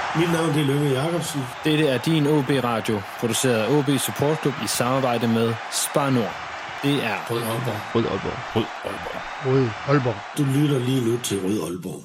Mit navn er Lønge Jacobsen. Dette er din OB-radio, produceret af OB Support Club i samarbejde med Spar Nord. Det er Rød Aalborg. Rød Aalborg. Rød Aalborg. Rød Aalborg. Du lytter lige nu til Rød Aalborg.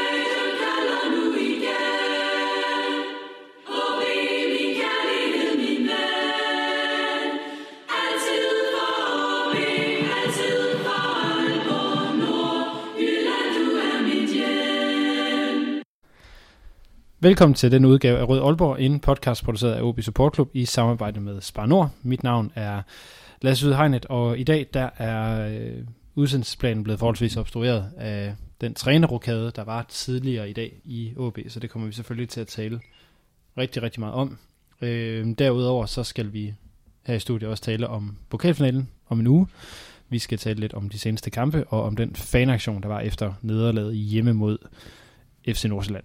Velkommen til den udgave af Rød Aalborg, en podcast produceret af OB Support Club i samarbejde med Spar Nord. Mit navn er Lasse Udhegnet, og i dag der er udsendelsesplanen blevet forholdsvis obstrueret af den trænerrokade, der var tidligere i dag i OB, så det kommer vi selvfølgelig til at tale rigtig, rigtig meget om. Derudover så skal vi her i studiet også tale om pokalfinalen om en uge. Vi skal tale lidt om de seneste kampe og om den fanaktion, der var efter nederlaget hjemme mod FC Nordsjælland.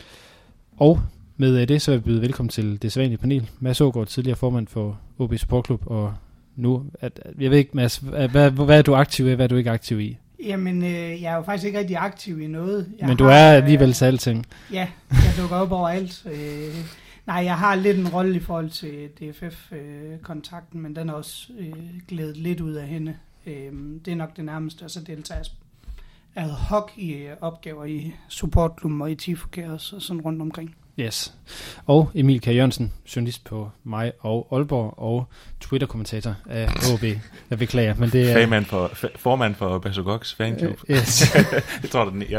Og med det så vil jeg byde velkommen til det sædvanlige panel. Mads Aagaard, tidligere formand for OB Support Club, og nu, jeg ved ikke Mads, hvad er du aktiv i, hvad er du ikke aktiv i? Jamen, jeg er jo faktisk ikke rigtig aktiv i noget. Men du er alligevel til alting. Ja, jeg dukker op overalt. Nej, jeg har lidt en rolle i forhold til DFF-kontakten, men den er også glædet lidt ud af hende. Det er nok det nærmeste, og så deltager jeg ad hoc i opgaver i supportklubben og i Tifo-kæres og sådan rundt omkring. Yes. Og Emil K. Jørgensen, journalist på mig og Aalborg og Twitter-kommentator af OB. Jeg beklager, men det er... Formand for Basogoks fanklub. Yes. Jeg tror, jeg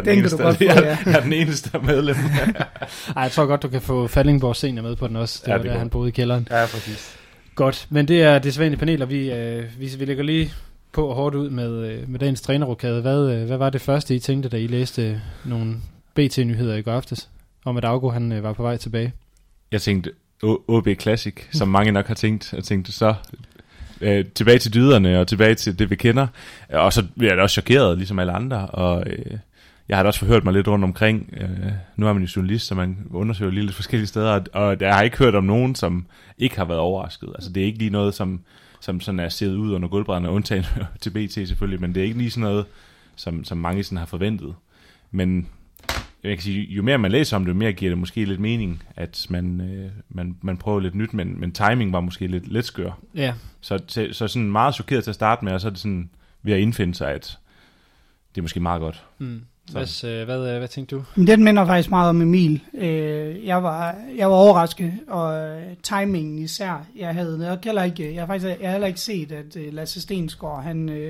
er den eneste medlem. Ej, jeg tror godt, du kan få Fallingborg senior med på den også. Det var der, han boede i kælderen. Ja, præcis. Godt, men det er det sædvanlige panel, og vi lægger lige på og hårdt ud med dagens trænerrokade. Hvad var det første, I tænkte, da I læste nogle BT-nyheder i går aftes, om at Augo han var på vej tilbage? Jeg tænkte OB Classic, som mange nok har tænkt. Jeg tænkte så tilbage til dyderne og tilbage til det, vi kender. Og så bliver jeg da også chokeret, ligesom alle andre. Og jeg har da også forhørt mig lidt rundt omkring. Nu er man jo journalist, så man undersøger lige lidt forskellige steder. Og jeg har ikke hørt om nogen, som ikke har været overrasket. Altså det er ikke lige noget, som sådan er set ud under gulvbrædderne, undtagen til BT selvfølgelig, men det er ikke lige sådan noget, som mange sådan har forventet. Men jeg kan sige, jo mere man læser om det, jo mere giver det måske lidt mening, at man prøver lidt nyt, men timing var måske lidt skør. Ja. Så sådan meget chokeret til at starte med, og så er det sådan ved at indfinde sig, at det er måske meget godt. Hvad tænkte du? Den minder faktisk meget om Emil. Jeg var overrasket, og timingen især. Jeg har heller ikke set, at Lasse Stensgaard,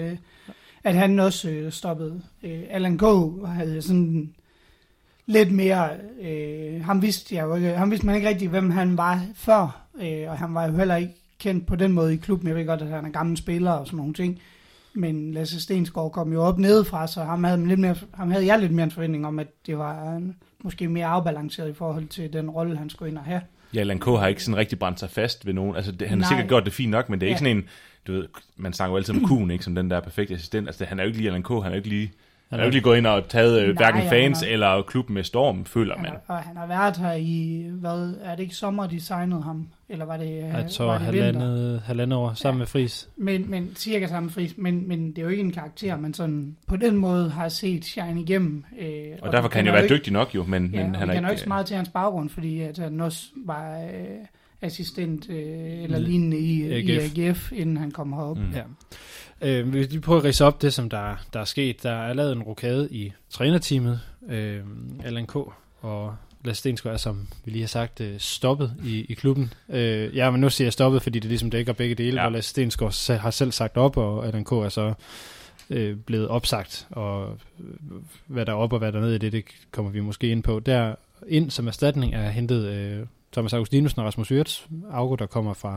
at han også stoppede. Allan K. havde sådan lidt mere. Ham vidste man ikke rigtig, hvem han var før, og han var jo heller ikke kendt på den måde i klubben. Jeg ved godt, at han er gammel spiller og sådan nogle ting. Men Lasse Stensgaard kom jo op nedefra, så ham havde jeg lidt mere en forventning om, at det var måske mere afbalanceret i forhold til den rolle, han skulle ind og have. Ja, Allan K. har ikke sådan rigtig brændt sig fast ved nogen. Altså, han har sikkert gjort det fint nok, men det er ikke sådan en, du ved, man snakker jo altid om Kuhn, ikke, som den der perfekte assistent. Altså, han er jo ikke lige Allan K., han er jo ikke lige gået ind og taget hverken fans eller klubben med storm, føler man. Og han har været her i, er det ikke sommer, de signede ham? Eller var det jeg tror halvandet år sammen med Friis. Men cirka sammen med Friis. Men det er jo ikke en karakter, man sådan på den måde har set shine igennem. Og derfor kan han jo være dygtig nok jo, men han er ikke... ikke så meget til hans baggrund, fordi at han også var assistent eller lignende i AGF, inden han kom herop. Ja. Vi prøver at ridse op det, som der er sket. Der er lavet en rokade i trænerteamet. Allan K. og Lasse Stensgaard er, som vi lige har sagt, stoppet i klubben. Men nu siger jeg stoppet, fordi det ligesom dækker begge dele, hvor Lasse Stensgaard har selv sagt op, og Allan K. er så blevet opsagt, og hvad der er op og hvad der er ned i det kommer vi måske ind på. Der ind som erstatning er hentet Thomas Augustinussen og Rasmus Wirtz, Augo, der kommer fra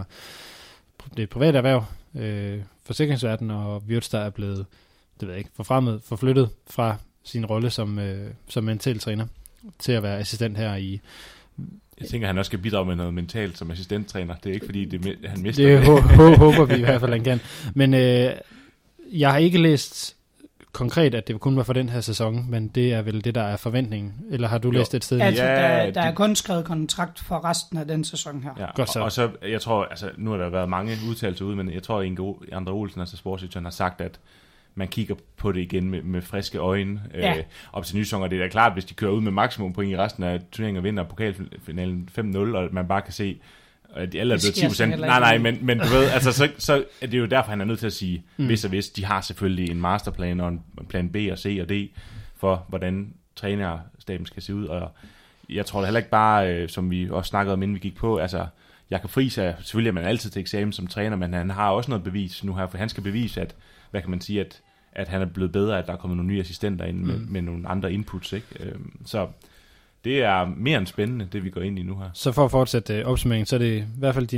det private erhverv, forsikringsverden, og Wirtz, der er blevet, det ved jeg ikke, forflyttet fra sin rolle som mental træner til at være assistent her i... Jeg tænker, han også skal bidrage med noget mentalt som assistenttræner. Det er ikke fordi, han mister det. Håber vi i hvert fald, han kan. Men jeg har ikke læst konkret, at det kun var for den her sæson, men det er vel det, der er forventningen. Eller har du læst et sted? Altså, der er kun skrevet kontrakt for resten af den sæson her. Ja, godt så. Og så, jeg tror, altså, nu har der været mange udtalelser ude, men jeg tror, Andre Olsen, altså sportsdirektøren, har sagt, at man kigger på det igen med friske øjne Ja. op til nysæson, og det er da klart, hvis de kører ud med maksimum point i resten af turneringen og vinder pokalfinalen 5-0, og man bare kan se, at de alle er blevet 10%. Nej, men du ved, altså, så er det jo derfor, han er nødt til at sige, hvis de har selvfølgelig en masterplan og en plan B og C og D for, hvordan trænerstaben skal se ud, og jeg tror da heller ikke bare, som vi også snakkede om, inden vi gik på, altså, Jakob Friis er selvfølgelig, at man altid til eksamen som træner, men han har også noget bevis nu her, for han skal bevise, at, hvad kan man sige, at han er blevet bedre, at der er kommet nogle nye assistenter ind med nogle andre inputs, ikke? Så det er mere end spændende, det vi går ind i nu her. Så for at fortsætte opsummeringen, så er det i hvert fald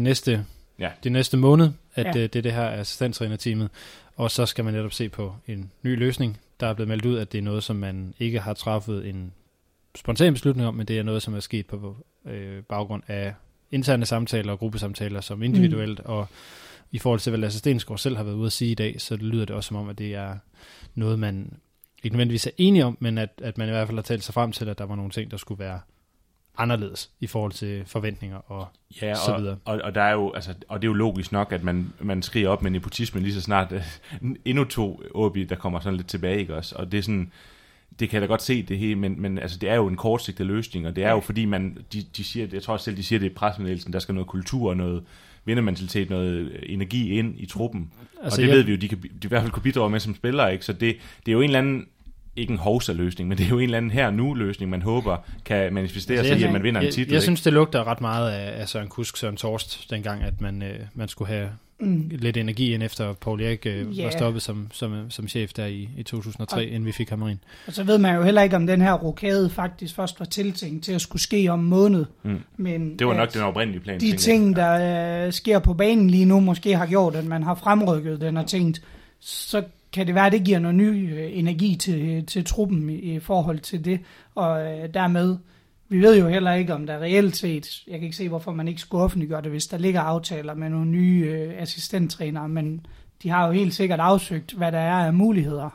de næste måned, at det her assistenttrænerteamet, og så skal man netop se på en ny løsning. Der er blevet meldt ud, at det er noget, som man ikke har træffet en spontan beslutning om, men det er noget, som er sket på baggrund af interne samtaler og gruppesamtaler som individuelt, og i forhold til, hvad Lasse Stensgaard selv har været ude at sige i dag, så lyder det også som om, at det er noget, man ikke nødvendigvis er enige om, men at man i hvert fald har talt sig frem til, at der var nogle ting, der skulle være anderledes i forhold til forventninger og så videre. Og der er jo, altså, og det er jo logisk nok, at man skriger op med nepotismen lige så snart endnu 2 OB, der kommer sådan lidt tilbage, ikke også? Og det er sådan, det kan jeg da godt se det hele, men altså, det er jo en kortsigtet løsning, og det er jo fordi de siger, jeg tror selv, de siger det i pressemeddelelsen, der skal noget kultur og noget vindermentalitet, noget energi ind i truppen. Altså, og det ved vi jo, de i hvert fald kunne bidrage med som spillere, ikke? Så det er jo en eller anden, ikke en hovsa-løsning, men det er jo en eller anden her-nu-løsning, man håber kan manifestere sig i, at man vinder en titel. Jeg synes, det lugter ret meget af Søren Kusk, Søren Torst, dengang, at man skulle have lidt energi ind efter Paul Erik var stoppet som chef der i 2003, inden vi fik ham ind. Og så ved man jo heller ikke, om den her rokade faktisk først var tiltænkt til at skulle ske om en måned. Men det var nok den oprindelige plan. De ting, der sker på banen lige nu, måske har gjort, at man har fremrykket den og tænkt, så kan det være, at det giver noget ny energi til truppen i forhold til det, og dermed, vi ved jo heller ikke, om der reelt set, jeg kan ikke se, hvorfor man ikke skulle offentliggøre det, hvis der ligger aftaler med nogle nye assistenttrænere, men de har jo helt sikkert afsøgt, hvad der er af muligheder,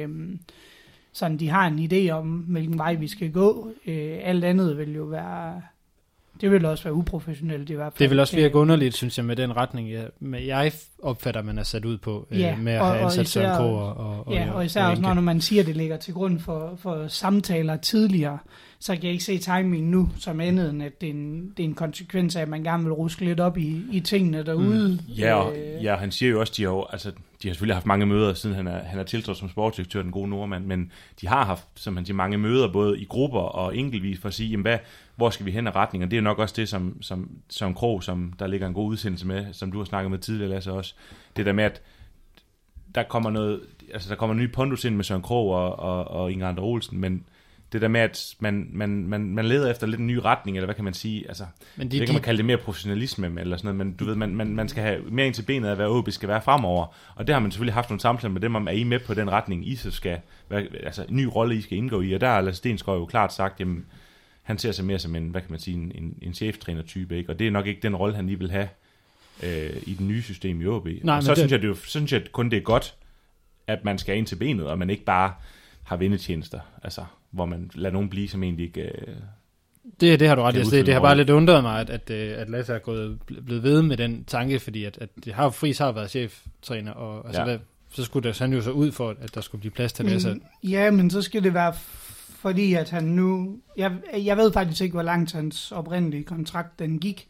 sådan de har en idé om, hvilken vej vi skal gå. Alt andet vil jo være, det vil også være uprofessionelt i hvert fald. Det vil også virke underligt, synes jeg, med den retning, jeg opfatter, man er sat ud på, med at have ansat Søren Krog og især også, når man siger, at det ligger til grund for samtaler tidligere, så kan jeg ikke se timingen nu som andet, end at det er en konsekvens af, at man gerne vil ruske lidt op i tingene derude. Ja, han siger jo også, de har selvfølgelig haft mange møder, siden han er tiltrådt som sportsdirektør, den gode nordmand, men de har haft, som han siger, mange møder, både i grupper og enkeltvis, for at sige, jamen, hvor skal vi hen af retning? Og det er jo nok også det, som Krog, som der ligger en god udsendelse med, som du har snakket med tidligere, Lasse, også. Det der med, at der kommer en ny pondus ind med Søren Krog og Inger Ander Olsen, men det der med, at man leder efter lidt en ny retning, eller hvad kan man sige, altså, det kan man kalde det mere professionalisme, eller sådan noget, men du ved, man skal have mere ind til benet af, hvad OB skal være fremover, og det har man selvfølgelig haft nogle samtaler med dem om, er I med på den retning, I så skal, altså en ny rolle, I skal indgå i, og der har Lasse Stensgaard jo klart sagt, jamen, han ser sig mere som en, hvad kan man sige, en cheftræner-type, ikke? Og det er nok ikke den rolle, han lige vil have i det nye system i OB. Nej, så synes jeg kun, det er godt, at man skal ind til benet, og man ikke bare har vindetjenester, altså, hvor man lader nogen blive, som egentlig ikke... Det har du ret i. Det har bare lidt undret mig, at Lasse er blevet ved med den tanke, fordi at Friis har været cheftræner, og altså, så skulle han jo så ud for, at der skulle blive plads til Lasse. Ja, men så skal det være, fordi at han nu... Jeg ved faktisk ikke, hvor langt hans oprindelige kontrakt den gik,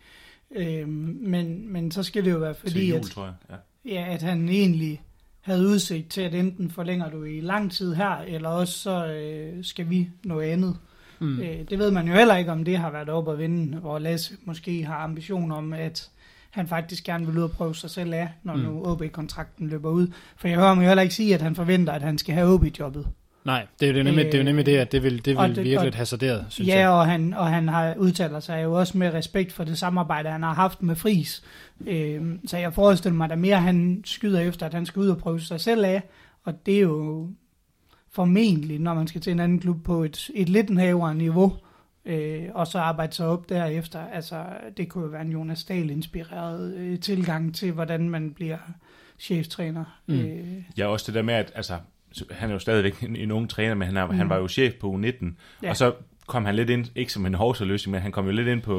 men så skal det jo være, fordi til jul, tror jeg. At han egentlig havde udsigt til, at enten forlænger du i lang tid her, eller også så skal vi noget andet. Det ved man jo heller ikke, om det har været op at vinde, hvor Lasse måske har ambition om, at han faktisk gerne vil ud og prøve sig selv af, når nu OB-kontrakten løber ud. For jeg hører mig jo heller ikke sige, at han forventer, at han skal have OB-jobbet. Nej, det er jo nemlig det, at det vil virkelig hasarderet, synes jeg. Ja, og han har udtalt sig jo også med respekt for det samarbejde, han har haft med Friis. Så jeg forestiller mig, at mere han skyder efter, at han skal ud og prøve sig selv af, og det er jo formentlig, når man skal til en anden klub på et lidt lavere niveau, og så arbejde sig op derefter. Altså, det kunne jo være en Jonas Dahl-inspireret tilgang til, hvordan man bliver cheftræner. Ja, også det der med, at altså, han er jo stadigvæk en ung træner, men han var jo chef på U19, og så kom han lidt ind, ikke som en hovsaløsning, men han kom jo lidt ind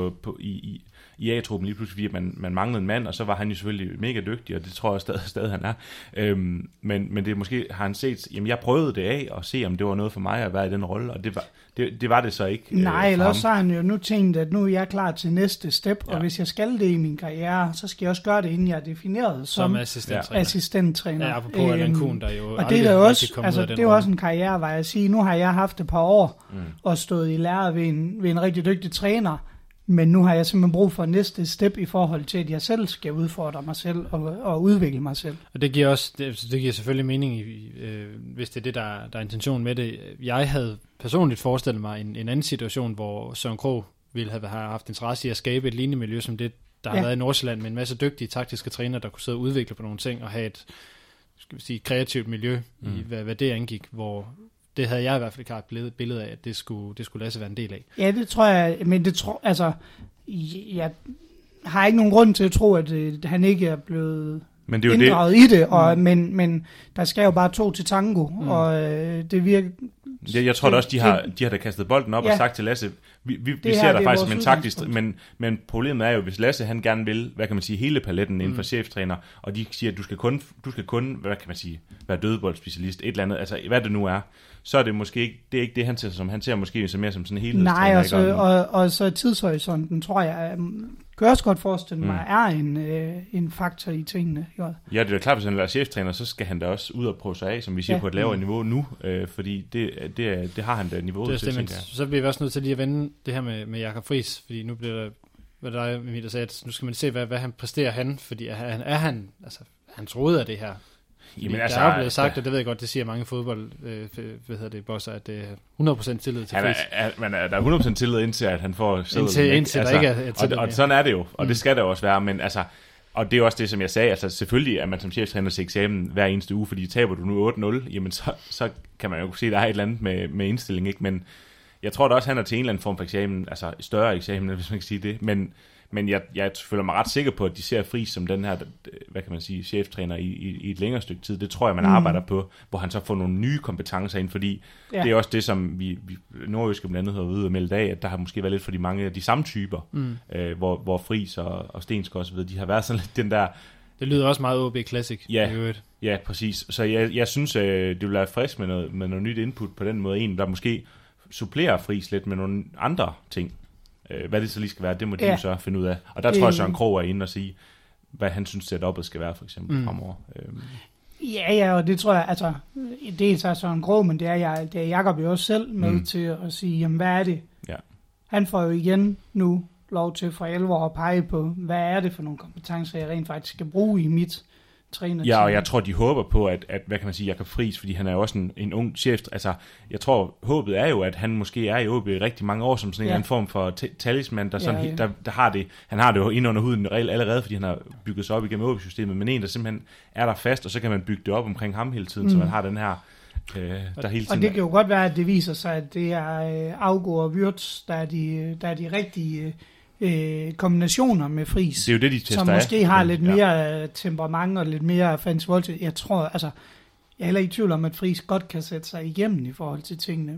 i A-truppen lige pludselig, fordi man manglede en mand, og så var han jo selvfølgelig mega dygtig, og det tror jeg stadig han er. Men det måske har han set, jamen jeg prøvede det af, og se om det var noget for mig at være i den rolle, og det var det så ikke. Nej, eller så har han jo nu tænkt, at nu er jeg klar til næste step, og hvis jeg skal det i min karriere, så skal jeg også gøre det, inden jeg er defineret som assistenttræner. Ja, apropos Allan Kuhn, der jo og det er også, altså, det er jo også en karriere, hvor jeg siger, nu har jeg haft et par år, og stået i lære ved en rigtig dygtig træner, men nu har jeg simpelthen brug for næste step i forhold til, at jeg selv skal udfordre mig selv og udvikle mig selv. Og det giver også, det giver selvfølgelig mening, hvis det er det, der er intentionen med det. Jeg havde personligt forestillet mig en anden situation, hvor Søren Krogh ville have haft interesse i at skabe et lignende miljø, som det, der har været i Nordsjælland, med en masse dygtige taktiske trænere, der kunne sidde og udvikle på nogle ting, og have et, skal vi sige, kreativt miljø, i hvad det angik, hvor det havde jeg i hvert fald klart et billede af, at det skulle Lasse være en del af. Ja, det tror jeg, men altså, jeg har ikke nogen grund til at tro, at han ikke er blevet inddraget i det, og, men der skal jo bare 2 til tango, og det virker... Jeg tror da også, de har da kastet bolden op og sagt til Lasse, vi ser der faktisk som en taktisk, men problemet er jo, hvis Lasse han gerne vil, hvad kan man sige, hele paletten inden for cheftræner, og de siger, at du skal kun, hvad kan man sige, være dødeboldspecialist, et eller andet, altså hvad det nu er, så er det måske ikke, det er ikke det, han ser som, han ser måske så mere som sådan en helhedstræner. Nej, og så tidshorisonten, tror jeg, kan også godt forestille mig, er en faktor i tingene. Jo. Ja, det er da klart, hvis han er cheftræner, så skal han da også ud og prøve sig af, som vi siger, på et lavere niveau nu, fordi det har han da niveauet til, tænker jeg. Så bliver vi også nødt til lige at vende det her med Jakob Friis, fordi nu bliver der, hvad der er, der sagde, at nu skal man se, hvad han præsterer fordi han troede af det her. Jamen, der er blevet sagt, og det ved jeg godt, det siger mange bosser, at det er 100% tillid til Friis. Men der er 100% tillid indtil, at han får sædlen. Indtil der ikke er tillid. Og sådan er det jo, og det skal der også være, men altså, og det er også det, som jeg sagde, altså selvfølgelig er man som cheftræner til eksamen hver eneste uge, fordi taber du nu 8-0, jamen så kan man jo se, at der er et eller andet med indstilling, ikke? Men jeg tror da også, han er til en eller anden form for eksamen, altså større eksamen, hvis man kan sige det, men jeg føler mig ret sikker på, at de ser Friis som den her, hvad kan man sige, cheftræner i et længere stykke tid. Det tror jeg, man arbejder på, hvor han så får nogle nye kompetencer ind, fordi det er også det, som vi nordjyske blandt andet har ude og meldt af, at der har måske været lidt for de mange af de samme typer, hvor Friis og Stensgaard og så videre, de har været sådan lidt den der... Det lyder også meget OB Classic. Ja, præcis. Så jeg synes, det vil være frisk med noget nyt input på den måde. En, der måske supplerer Friis lidt med nogle andre ting. Hvad det så lige skal være, det må de jo så finde ud af. Og der tror jeg, Søren Krogh er inde og sige, hvad han synes, setup'et skal være, for eksempel, fremover. Ja, og det tror jeg, altså, det er Søren Krogh, men det er Jakob jo også selv med til at sige, jamen, hvad er det? Ja. Han får jo igen nu lov til for alvor at pege på, hvad er det for nogle kompetencer, jeg rent faktisk skal bruge i mit træner. Ja, og jeg tror, de håber på, at hvad kan man sige, Jakob Friis, fordi han er jo også en ung chef. Altså, jeg tror, håbet er jo, at han måske er i OB i rigtig mange år, som sådan en eller anden form for talisman, der, sådan, der har det. Han har det jo inde under huden allerede, fordi han har bygget sig op igennem OB-systemet, men en, der simpelthen er der fast, og så kan man bygge det op omkring ham hele tiden, så man har den her... der hele tiden. Og det kan jo godt være, at det viser sig, at det er August og Wirtz, der er de rigtige... kombinationer med Friis, det er jo det, de tester, som måske har lidt mere temperament og lidt mere fancy. Jeg tror, altså, jeg er heller ikke i tvivl om, at Friis godt kan sætte sig igennem i forhold til tingene,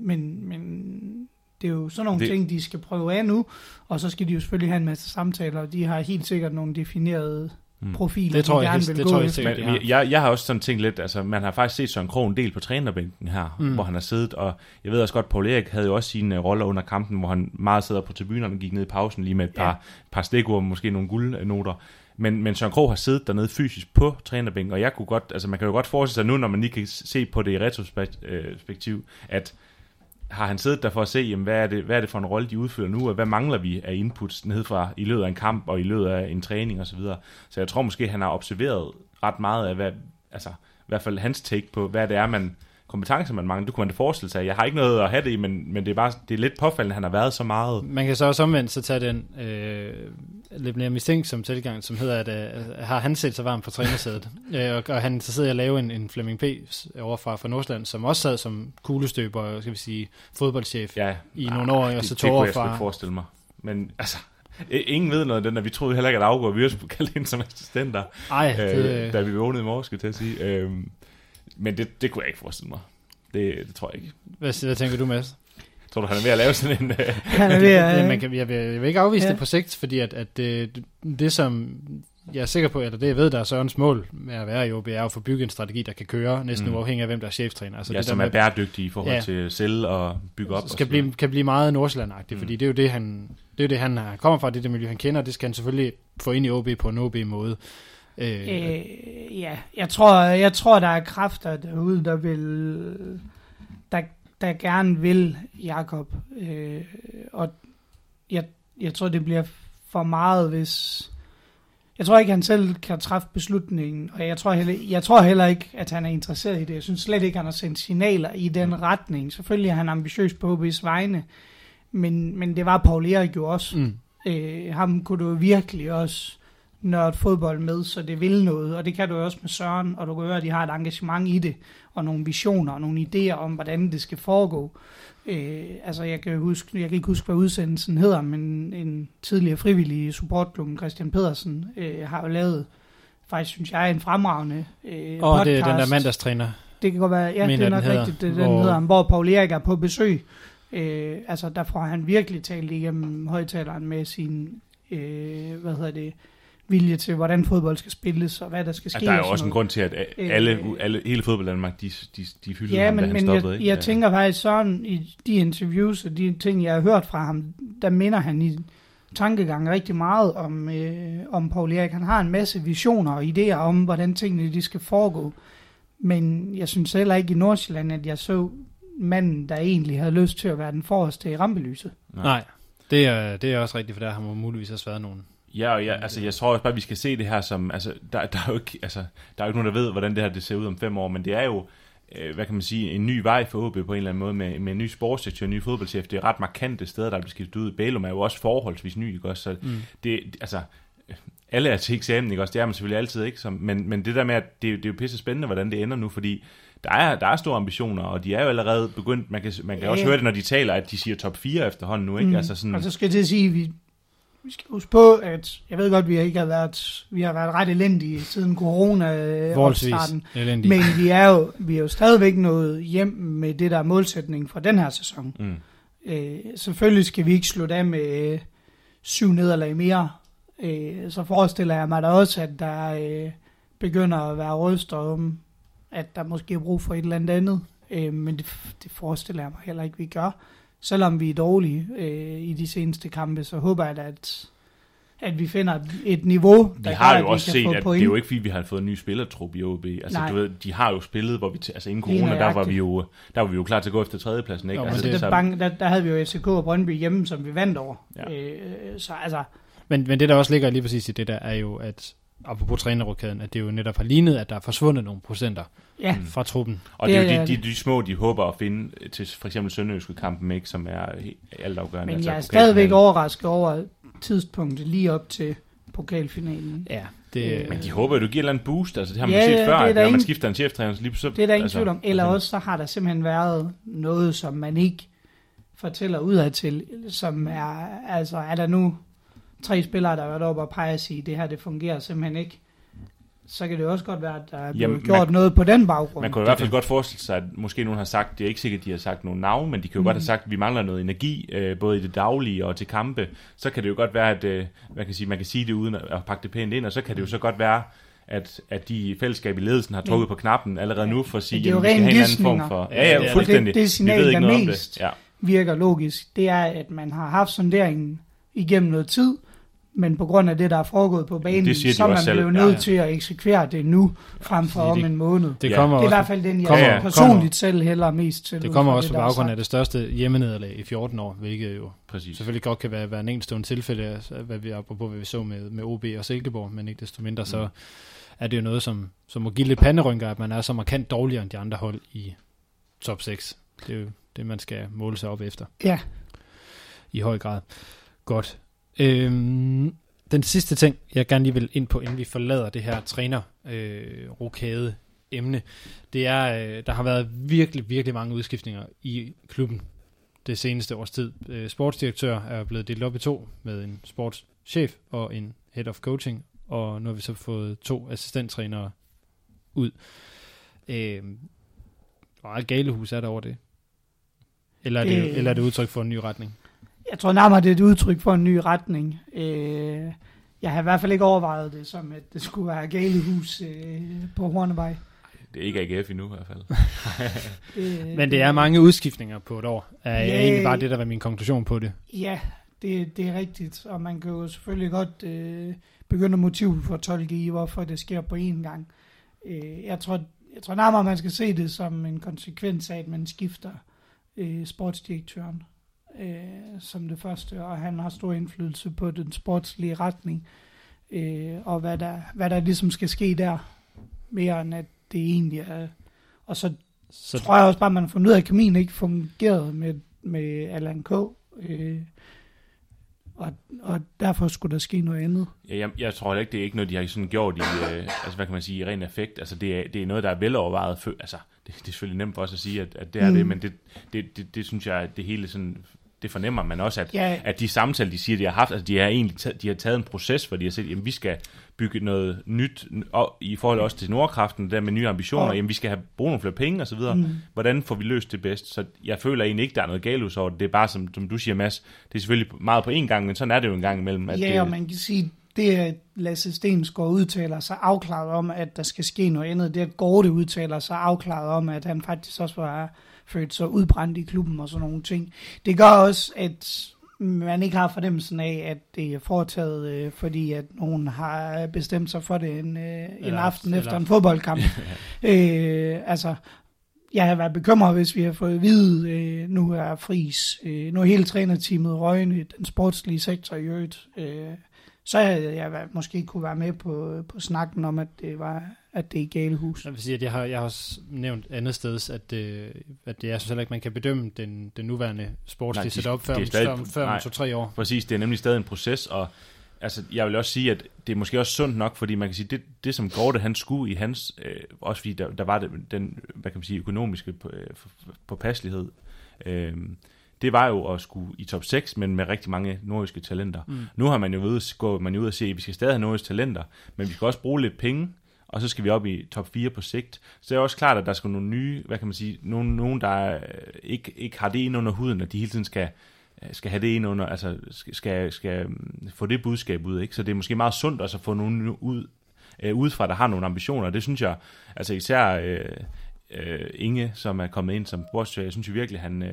men det er jo sådan nogle ting, de skal prøve af nu, og så skal de jo selvfølgelig have en masse samtaler, og de har helt sikkert nogle definerede profiler, det tror jeg, gerne vil gå efter. Jeg har også sådan tænkt lidt, altså man har faktisk set Søren Krogh en del på trænerbænken her, hvor han har siddet, og jeg ved også godt, Paul Erik havde jo også sine roller under kampen, hvor han meget sidder på tribunerne og gik ned i pausen lige med et par stikord, måske nogle guldnoter. Men Søren Krogh har siddet dernede fysisk på trænerbænken, og jeg kunne godt, altså man kan jo godt forestille sig nu, når man lige kan se på det i retrospektiv, at har han siddet der for at se, jamen, hvad er det for en rolle, de udfører nu, og hvad mangler vi af inputs nedefra i løbet af en kamp og i løbet af en træning osv. Så jeg tror måske, han har observeret ret meget af, i hvert fald hans take på, hvad det er, kompetencer man mangler. Du kunne man forestille sig. Jeg har ikke noget at have det i, men det er lidt påfaldende, han har været så meget. Man kan så også omvendt så tage den lidt mere mistænksom tilgang, som hedder, at har han set så varmt på trænersædet, og han så sidder og laver en Flemming P. overfra fra Nordsjælland, som også sad som kuglestøber, skal vi sige, fodboldchef i nogle år, og så tog over fra... Det kunne jeg ikke forestille mig. Men altså... Ingen ved noget af den der. Vi troede heller ikke, at August og Wirtz skulle kalde ind som assistenter, da vi vågnede i morges, skal jeg til at sige. Men det kunne jeg ikke forestille mig. Det tror jeg ikke. Hvad tænker du, Mads? Tror du, han er ved at lave sådan en... Han er ved at... Jeg vil ikke afvise det på sigt, fordi at det som jeg er sikker på, eller det jeg ved, der er Sørens mål med at være i OB, er at få bygget en strategi, der kan køre næsten uafhængig af, hvem der er cheftræner. Altså det som der er bæredygtig i forhold til selv og bygge op. Kan blive meget Nordsjælland-agtigt, fordi det er jo det, han kommer fra, det miljø, han kender, det skal han selvfølgelig få ind i OB på en OB-måde. Ja, jeg tror, der er kræfter derude, der gerne vil Jakob. Og jeg tror, det bliver for meget, hvis... Jeg tror ikke, han selv kan træffe beslutningen, og jeg tror heller ikke, at han er interesseret i det. Jeg synes slet ikke, han har sendt signaler i den retning. Selvfølgelig er han ambitiøs på HB's vegne, men det var Paul Erik jo også. Ham kunne du virkelig også nørde fodbold med, så det vil noget, og det kan du også med Søren, og du kan høre, at de har et engagement i det, og nogle visioner, og nogle idéer om, hvordan det skal foregå. Altså jeg kan ikke huske, hvad udsendelsen hedder, men en tidligere frivillig i supportklubben, Christian Pedersen, har jo lavet, faktisk synes jeg, en fremragende podcast. Det er den der mandagstræner. Det kan godt være, ja, det er nok rigtigt, den hedder, hvor Paul Erik er på besøg. Altså der får han virkelig talt igennem højtaleren med sin, vilje til, hvordan fodbold skal spilles, og hvad der skal ske. Der er jo også en grund til, at hele fodbold Danmark, de hyldede ham, da han stoppede. Jeg tænker faktisk sådan, i de interviews og de ting, jeg har hørt fra ham, der minder han i tankegang rigtig meget om Paul Erik. Han har en masse visioner og idéer om, hvordan tingene de skal foregå. Men jeg synes heller ikke i Nordsjælland, at jeg så manden, der egentlig havde lyst til at være den forreste i rampelyset. Nej, det er også rigtigt, for der har muligvis også været nogen. Ja, og jeg tror også bare, at vi skal se det her som, altså, der er jo ikke nogen, der ved, hvordan det her det ser ud om 5 år, men det er jo, hvad kan man sige, en ny vej for OB på en eller anden måde, med en ny sportsdirektør, en ny fodboldchef. Det er ret markante steder, der bliver skiftet ud. Bælum er jo også forholdsvis ny, ikke også? Så det, altså, alle er til eksamen, ikke også? Det er man selvfølgelig altid, ikke? Men det der med, at det er jo pisse spændende, hvordan det ender nu, fordi der er store ambitioner, og de er jo allerede begyndt, man kan også høre det, når de taler, at de siger top 4 efterhånden nu, ikke? Altså sådan... Og så skal jeg til at sige, vi skal huske på, at jeg ved godt, vi har været ret elendige siden corona-opstarten, men vi er jo stadigvæk nået hjem med det, der er målsætningen for den her sæson. Selvfølgelig skal vi ikke slutte af med 7 nederlag mere. Så forestiller jeg mig da også, at der begynder at være røster om, at der måske er brug for et eller andet. Men det forestiller jeg mig heller ikke, vi gør. Selvom vi er dårlige i de seneste kampe, så håber jeg da, at vi finder et niveau, der har jo også set, at det er jo ikke fordi, vi har fået en ny spillertrup i OB. Altså, du ved, de har jo spillet, hvor vi inden corona, der var vi jo klar til at gå efter tredjepladsen, ikke? Jo, altså, der havde vi jo FCK og Brøndby hjemme, som vi vandt over. Ja. Men det, der også ligger lige præcis i det der, er jo, at apropos trænerrokaden, at det jo netop har lignet, at der er forsvundet nogle procenter fra truppen. Og det er jo de små, de håber at finde til for eksempel Sønderjyske-kampen, ikke, som er altafgørende. Men jeg er stadigvæk overrasket over tidspunktet lige op til pokalfinalen. Ja, men de håber, at du giver et eller andet boost. Altså, det har man set før, når man skifter en cheftræner. Det er der ingen tvivl om. Eller også så har der simpelthen været noget, som man ikke fortæller udad til, som er, altså er der nu 3 spillere, der har været oppe og peger sig, det her det fungerer simpelthen ikke, så kan det også godt være, at der er blevet gjort noget på den baggrund. Man kunne i hvert fald godt forestille sig, at måske nogen har sagt, det er ikke sikkert, at de har sagt nogle navne, men de kan jo godt have sagt, at vi mangler noget energi, både i det daglige og til kampe. Så kan det jo godt være, at man kan sige det uden at pakke det pænt ind, og så kan det jo så godt være, at de i fællesskab i ledelsen har trukket på knappen allerede nu for at sige, at vi skal have en anden form for... Ja, fuldstændig. Det signal, der mest virker logisk, det er, at man har haft sonderingen igennem noget tid, men på grund af det, der er foregået på banen, så er man blevet nødt til at eksekvere det nu, frem for om en måned. Det er i hvert fald den, jeg personligt selv hælder mest til. Det kommer også på baggrund af det største hjemmenederlag i 14 år, hvilket jo selvfølgelig godt kan være en enkeltstående tilfælde, hvad vi så med OB og Silkeborg, men ikke desto mindre, så er det jo noget, som må give lidt panderynker, at man er så markant dårligere end de andre hold i top 6. Det er jo det, man skal måle sig op efter. Ja. I høj grad. Godt. Den sidste ting, jeg gerne lige vil ind på, inden vi forlader det her træner-rokade emne, det er, der har været virkelig, virkelig mange udskiftninger i klubben det seneste års tid. Sportsdirektør er blevet delt op i 2 med en sportschef og en head of coaching, og nu har vi så fået 2 assistenttrænere ud. Hvor meget galehus er der over det? Eller er det udtryk for en ny retning? Jeg tror nærmere, det er et udtryk for en ny retning. Jeg har i hvert fald ikke overvejet det, som at det skulle være Galehus på Hornevej. Det er ikke AGF endnu i hvert fald. Men det er mange udskiftninger på et år. Er egentlig bare det, der var min konklusion på det? Ja, det er rigtigt. Og man kan jo selvfølgelig godt begynde at motivfortolke i, hvorfor det sker på én gang. Jeg tror nærmere, man skal se det som en konsekvens af, at man skifter sportsdirektøren som det første, og han har stor indflydelse på den sportslige retning, og hvad der ligesom skal ske der, mere end at det egentlig er. Og så tror jeg også bare, at man har fundet ud af, at kemien ikke fungerede med Allan K., og derfor skulle der ske noget andet. Ja, jeg tror ikke, det er ikke noget, de har sådan gjort i, altså hvad kan man sige, i ren effekt. Altså det er noget, der er velovervejet. Altså det er selvfølgelig nemt for os at sige, at det er det, men det synes jeg, at det hele sådan, det fornemmer man også, at de samtaler, de siger, de har haft, altså de har taget en proces, hvor de har set, jamen vi skal bygge noget nyt, og i forhold også til Nordkraften, der med nye ambitioner, jamen vi skal bruge nogle flere penge og så videre. Hvordan får vi løst det bedst? Så jeg føler egentlig ikke, der er noget galt over det. Det er bare, som du siger, Mads, det er selvfølgelig meget på én gang, men sådan er det jo en gang imellem. At og man kan sige, det at Lasse Stensgaard udtaler sig afklaret om, at der skal ske noget andet, det at Gorte udtaler sig afklaret om, at han faktisk også var følt så udbrændt i klubben og sådan nogle ting. Det gør også, at man ikke har fornemmelsen af, at det er foretaget, fordi at nogen har bestemt sig for det en aften efter en fodboldkamp. Altså, jeg har været bekymret, hvis vi har fået at vide, nu er Friis, nu er hele trænerteamet røgende i den sportslige sektor i øvrigt, så havde jeg måske kunne være med på snakken om, at det er Galehus. Jeg vil sige, at jeg har også nævnt andet sted, at jeg synes heller ikke, man kan bedømme den nuværende sportslige setup før om 2-3 år. Præcis, det er nemlig stadig en proces, og altså, jeg vil også sige, at det er måske også sundt nok, fordi man kan sige, det som Gorte han skulle i hans, også fordi der var den, hvad kan man sige, økonomiske påpasselighed, det var jo at skulle i top 6, men med rigtig mange nordjyske talenter. Nu har man jo ud og se, at vi skal stadig have nordjyske talenter, men vi skal også bruge lidt penge, og så skal vi op i top 4 på sigt. Så det er også klart, at der skal nogle nye, hvad kan man sige, nogen der ikke har det ind under huden, at de hele tiden skal have det ind under, altså skal få det budskab ud, ikke? Så det er måske meget sundt også at få nogen udefra, der har nogle ambitioner. Det synes jeg, altså især Inge, som er kommet ind som sportsdirektør, jeg synes jo virkelig, han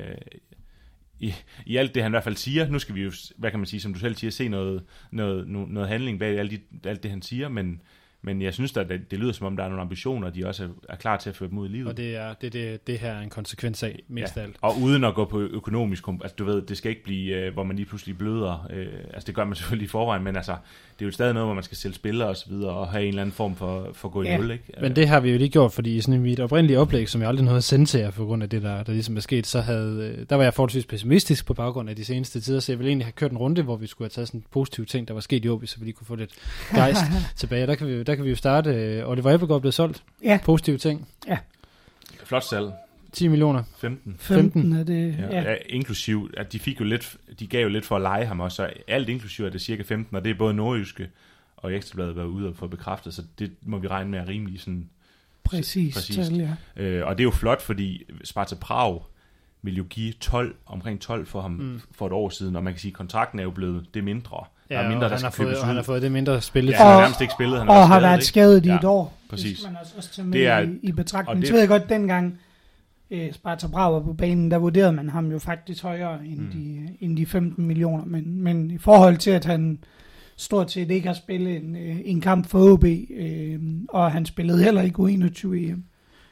i alt det, han i hvert fald siger, nu skal vi jo, hvad kan man sige, som du selv siger, se noget handling bag alt det, han siger, men jeg synes, at det lyder som om, der er nogle ambitioner, og de også er klar til at føre dem ud i livet. Og det her er en konsekvens af, mest af alt. Og uden at gå på økonomisk, altså du ved, det skal ikke blive, hvor man lige pludselig bløder, altså det gør man selvfølgelig i forvejen, men altså, det er jo stadig noget, hvor man skal sælge spillere og så videre, og have en eller anden form for at gå i nul, ikke? Men det har vi jo lige gjort, fordi sådan i mit oprindelige oplæg, som jeg aldrig nåede at sende til jer, på grund af det, der ligesom er sket, der var jeg forholdsvis pessimistisk på baggrund af de seneste tider, så jeg ville egentlig have kørt en runde, hvor vi skulle have taget sådan en positiv ting, der var sket i OB, så vi lige kunne få lidt gejst tilbage. Der kan vi jo starte. Oliver Æbelgaard blev solgt. Ja. Positive ting. Ja. Flot salg. 10 millioner. 15 er det. Ja, inklusiv, at de gav jo lidt for at lege ham også, så alt inklusiv er det cirka 15, og det er både nordjyske og Ekstrabladet været ude og få bekræftet, så det må vi regne med at rimelig sådan præcis. Ja. Og det er jo flot, fordi Sparta Prag vil jo give omkring 12 for ham for et år siden, og man kan sige, at kontrakten er jo blevet det mindre. Ja, mindre, han har fået det mindre spillet. Ja, han har nærmest ikke spillet. Han har været skadet i et år. Præcis. Det man også tage med i betragtning. Så ved jeg godt, dengang Sparta Prag var på banen, der vurderede man ham jo faktisk højere end de 15 millioner. Men i forhold til, at han stort set ikke har spillet en kamp for OB, og han spillede heller ikke U21 EM,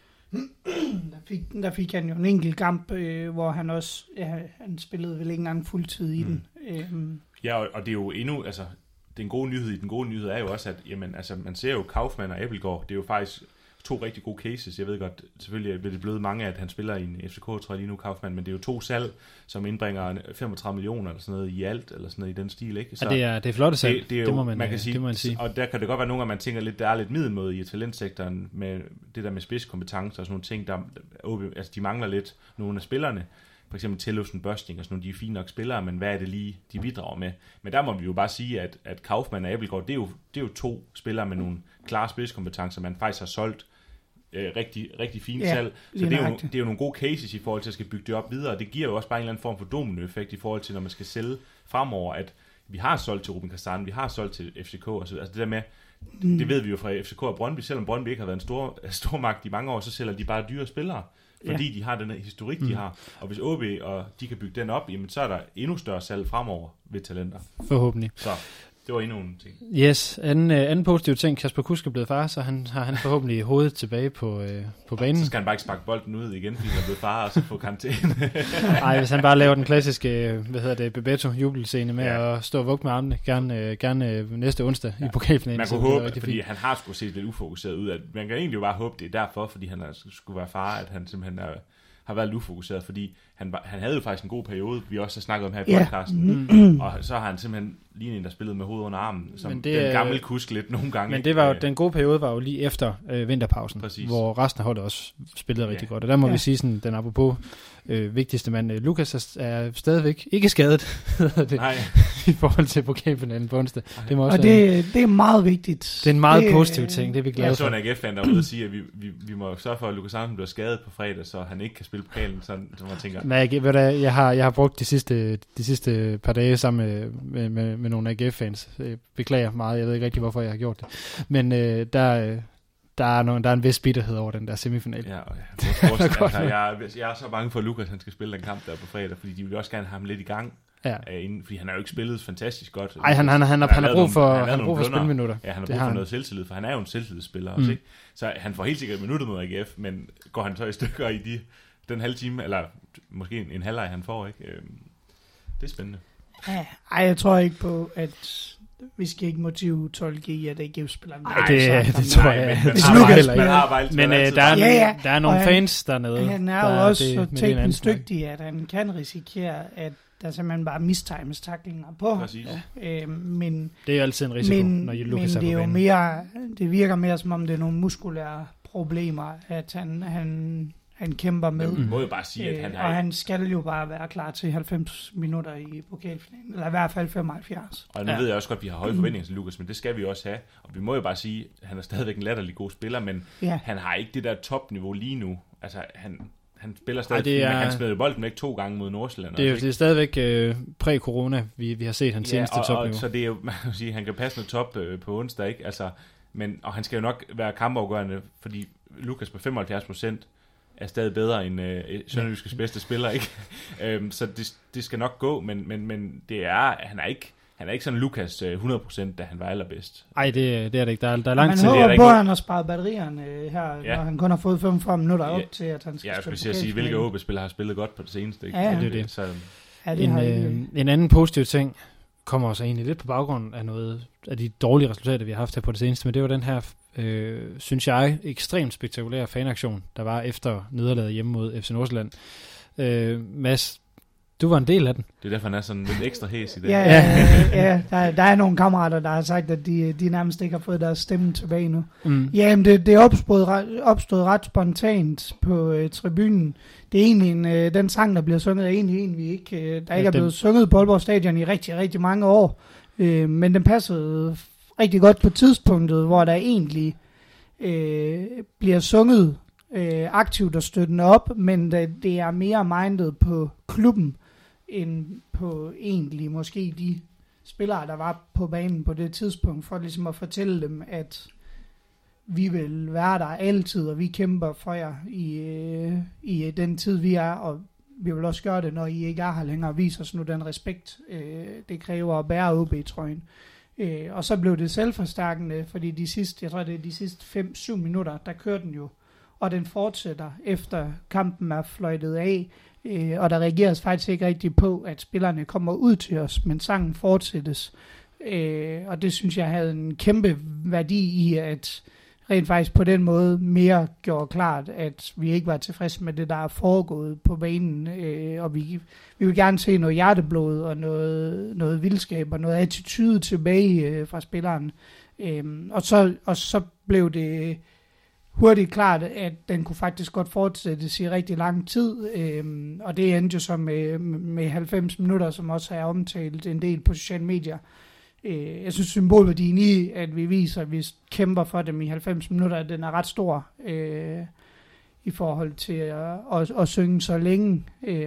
der fik han jo en enkelt kamp, hvor han også, han spillede vel ikke engang fuldtid i den. Ja, og det er jo endnu, altså, den gode nyhed er jo også, at jamen, altså, man ser jo Kaufmann og Æbelgaard, det er jo faktisk 2 rigtig gode cases. Jeg ved godt, selvfølgelig er det blevet mange, at han spiller i en FCK-trøje lige nu, Kaufmann, men det er jo 2 salg, som indbringer 35 millioner eller sådan noget i alt, eller sådan noget i den stil, ikke? Så det er flotte salg, det må man sige. Og der kan det godt være nogle, at man tænker lidt, der er lidt middelmåde i talentsektoren, med det der med spidskompetencer og sådan nogle ting, der altså de mangler lidt nogle af spillerne. For eksempel Tellefsen, Børsting og sådan nogle, de er fine nok spillere, men hvad er det lige, de bidrager med? Men der må vi jo bare sige, at Kaufmann og Æbelgaard, det er jo 2 spillere med nogle klare spidskompetencer, man faktisk har solgt rigtig, rigtig fint salg. Så det er jo nogle gode cases i forhold til at skal bygge det op videre, og det giver jo også bare en eller anden form for dominoeffekt i forhold til, når man skal sælge fremover, at vi har solgt til Rubin Kazan, vi har solgt til FCK og så videre. Altså det der med, det ved vi jo fra FCK og Brøndby, selvom Brøndby ikke har været en stor magt i mange år, så sælger de bare dyre spillere, fordi de har den historik, de har. Og hvis OB og de kan bygge den op, jamen så er der endnu større salg fremover ved talenter. Forhåbentlig. Så det var endnu en ting. Yes, anden positiv ting, Kasper Kusk er blevet far, så har han forhåbentlig hovedet tilbage på banen. Så skal han bare ikke sparke bolden ud igen, fordi han er blevet far, og så få karantæne. Nej, hvis han bare laver den klassiske, Bebeto jubelscene med at stå og vugge med armene, gerne næste onsdag i pokalfinalen. Man kunne håbe, fordi han har sgu set lidt ufokuseret ud, at man kan egentlig jo bare håbe, det er derfor, fordi han skulle være far, at han simpelthen har været ufokuseret, fordi han havde jo faktisk en god periode, vi også har snakket om her i podcasten, og så har han simpelthen lige en, der spillede med hovedet under armen, som den gamle Kusk lidt nogle gange. Men det var jo, den gode periode var jo lige efter vinterpausen, hvor resten af holdet også spillede rigtig godt, og der må vi sige sådan, den apropos vigtigste mand, Lukas er stadigvæk ikke skadet i forhold til pokalfinalen på onsdag. Det må også og det er meget vigtigt. Det er en meget positiv ting, det er vi glade for. Jeg så en AGF-fan, der var ude og sige, at vi må sørge for, at Lukas Andersen bliver skadet på fredag, så han ikke kan spille pokalen, så man tænker. Men jeg har brugt de sidste par dage sammen med nogle AGF-fans. Beklager meget, jeg ved ikke rigtig, hvorfor jeg har gjort det. Men der er en vis bitterhed over den der semifinal. Ja, jeg er så bange for, at Lukas han skal spille den kamp der på fredag, fordi de vil også gerne have ham lidt i gang. Ja. Fordi han har jo ikke spillet fantastisk godt. Nej, han har brug for spilminutter. Ja, han har brug for noget selvtillid, for han er jo en selvtillidsspiller også, ikke? Så han får helt sikkert minuttet mod AGF, men går han så i stykker i den halve time, eller måske en halvleg han får, ikke? Det er spændende. Ej, jeg tror ikke på, at vi skal ikke motivtolke i, at AGF-spilleren... Nej, det tror jeg. Men der er nogle fans dernede. Han er jo også så teknisk dygtig, at han kan risikere, at der simpelthen bare mistimes tacklinger på. Men det er jo altid en risiko, når Lukas er på banen. Det virker mere, som om det er nogle muskulære problemer, at han kæmper med. Man må jo bare sige, at han har... Og han skal jo bare være klar til 90 minutter i pokalfinalen, eller i hvert fald 75. Og nu ved jeg også godt, at vi har høje forventninger til Lukas, men det skal vi også have. Og vi må jo bare sige, at han er stadigvæk en latterlig god spiller, men han har ikke det der topniveau lige nu. Altså, han spiller stadig, men han spillede bolden væk 2 gange mod Nordsjælland. Det er stadigvæk præ-corona, vi har set hans seneste topniveau. Så det er jo, man kan sige, han kan passe noget top på onsdag, ikke? Altså, og han skal jo nok være kampafgørende, fordi Lukas på 75% er stadig bedre end Sønderjyskes bedste spiller, ikke? Så det skal nok gå, men det er, han er ikke sådan Lukas 100%, da han var allerbedst. Nej, det er det ikke. Der er langt til. Man håber på, at han har sparet batterierne her, når han kun har fået 45 minutter op til, at han skal spille. Jeg sige, hvilke OB-spillere har spillet godt på det seneste, ikke? Ja. Det er det. Så, en anden positiv ting kommer også egentlig lidt på baggrund af noget af de dårlige resultater, vi har haft her på det seneste, men det var den her, synes jeg, ekstremt spektakulære fanaktion, der var efter nederlaget hjemme mod FC Nordsjælland. Mads, du var en del af den. Det er derfor, han er sådan lidt ekstra hæs i det. Ja, der er nogle kammerater, der har sagt, at de nærmest ikke har fået deres stemme tilbage nu. Jamen, det opstod ret spontant på tribunen. Det er egentlig den sang, der bliver sunget, er egentlig en, der ikke er blevet sunget på Aalborg Stadion i rigtig, rigtig mange år. Men den passede rigtig godt på tidspunktet, hvor der egentlig bliver sunget aktivt og støttende op, men det er mere mindet på klubben, end på egentlig måske de spillere, der var på banen på det tidspunkt, for ligesom at fortælle dem, at vi vil være der altid, og vi kæmper for jer i den tid, vi er, og vi vil også gøre det, når I ikke er her længere, og viser os nu den respekt, det kræver at bære OB-trøjen. Og så blev det selvforstærkende, fordi de sidste 5-7 minutter, der kørte den jo, og den fortsætter efter kampen er fløjtet af, og der reageres faktisk ikke rigtig på, at spillerne kommer ud til os, men sangen fortsættes. Og det synes jeg havde en kæmpe værdi i, at rent faktisk på den måde mere gjorde klart, at vi ikke var tilfredse med det, der er foregået på banen, og vi vil gerne se noget hjerteblod og noget vildskab og noget attitude tilbage fra spilleren. Og så blev det hurtigt klart, at den kunne faktisk godt fortsættes i rigtig lang tid, og det endte jo så med 90 minutter, som også er omtalt en del på sociale medier. Jeg synes, symbolværdien i, at vi viser, at vi kæmper for dem i 90 minutter, den er ret stor i forhold til at synge så længe.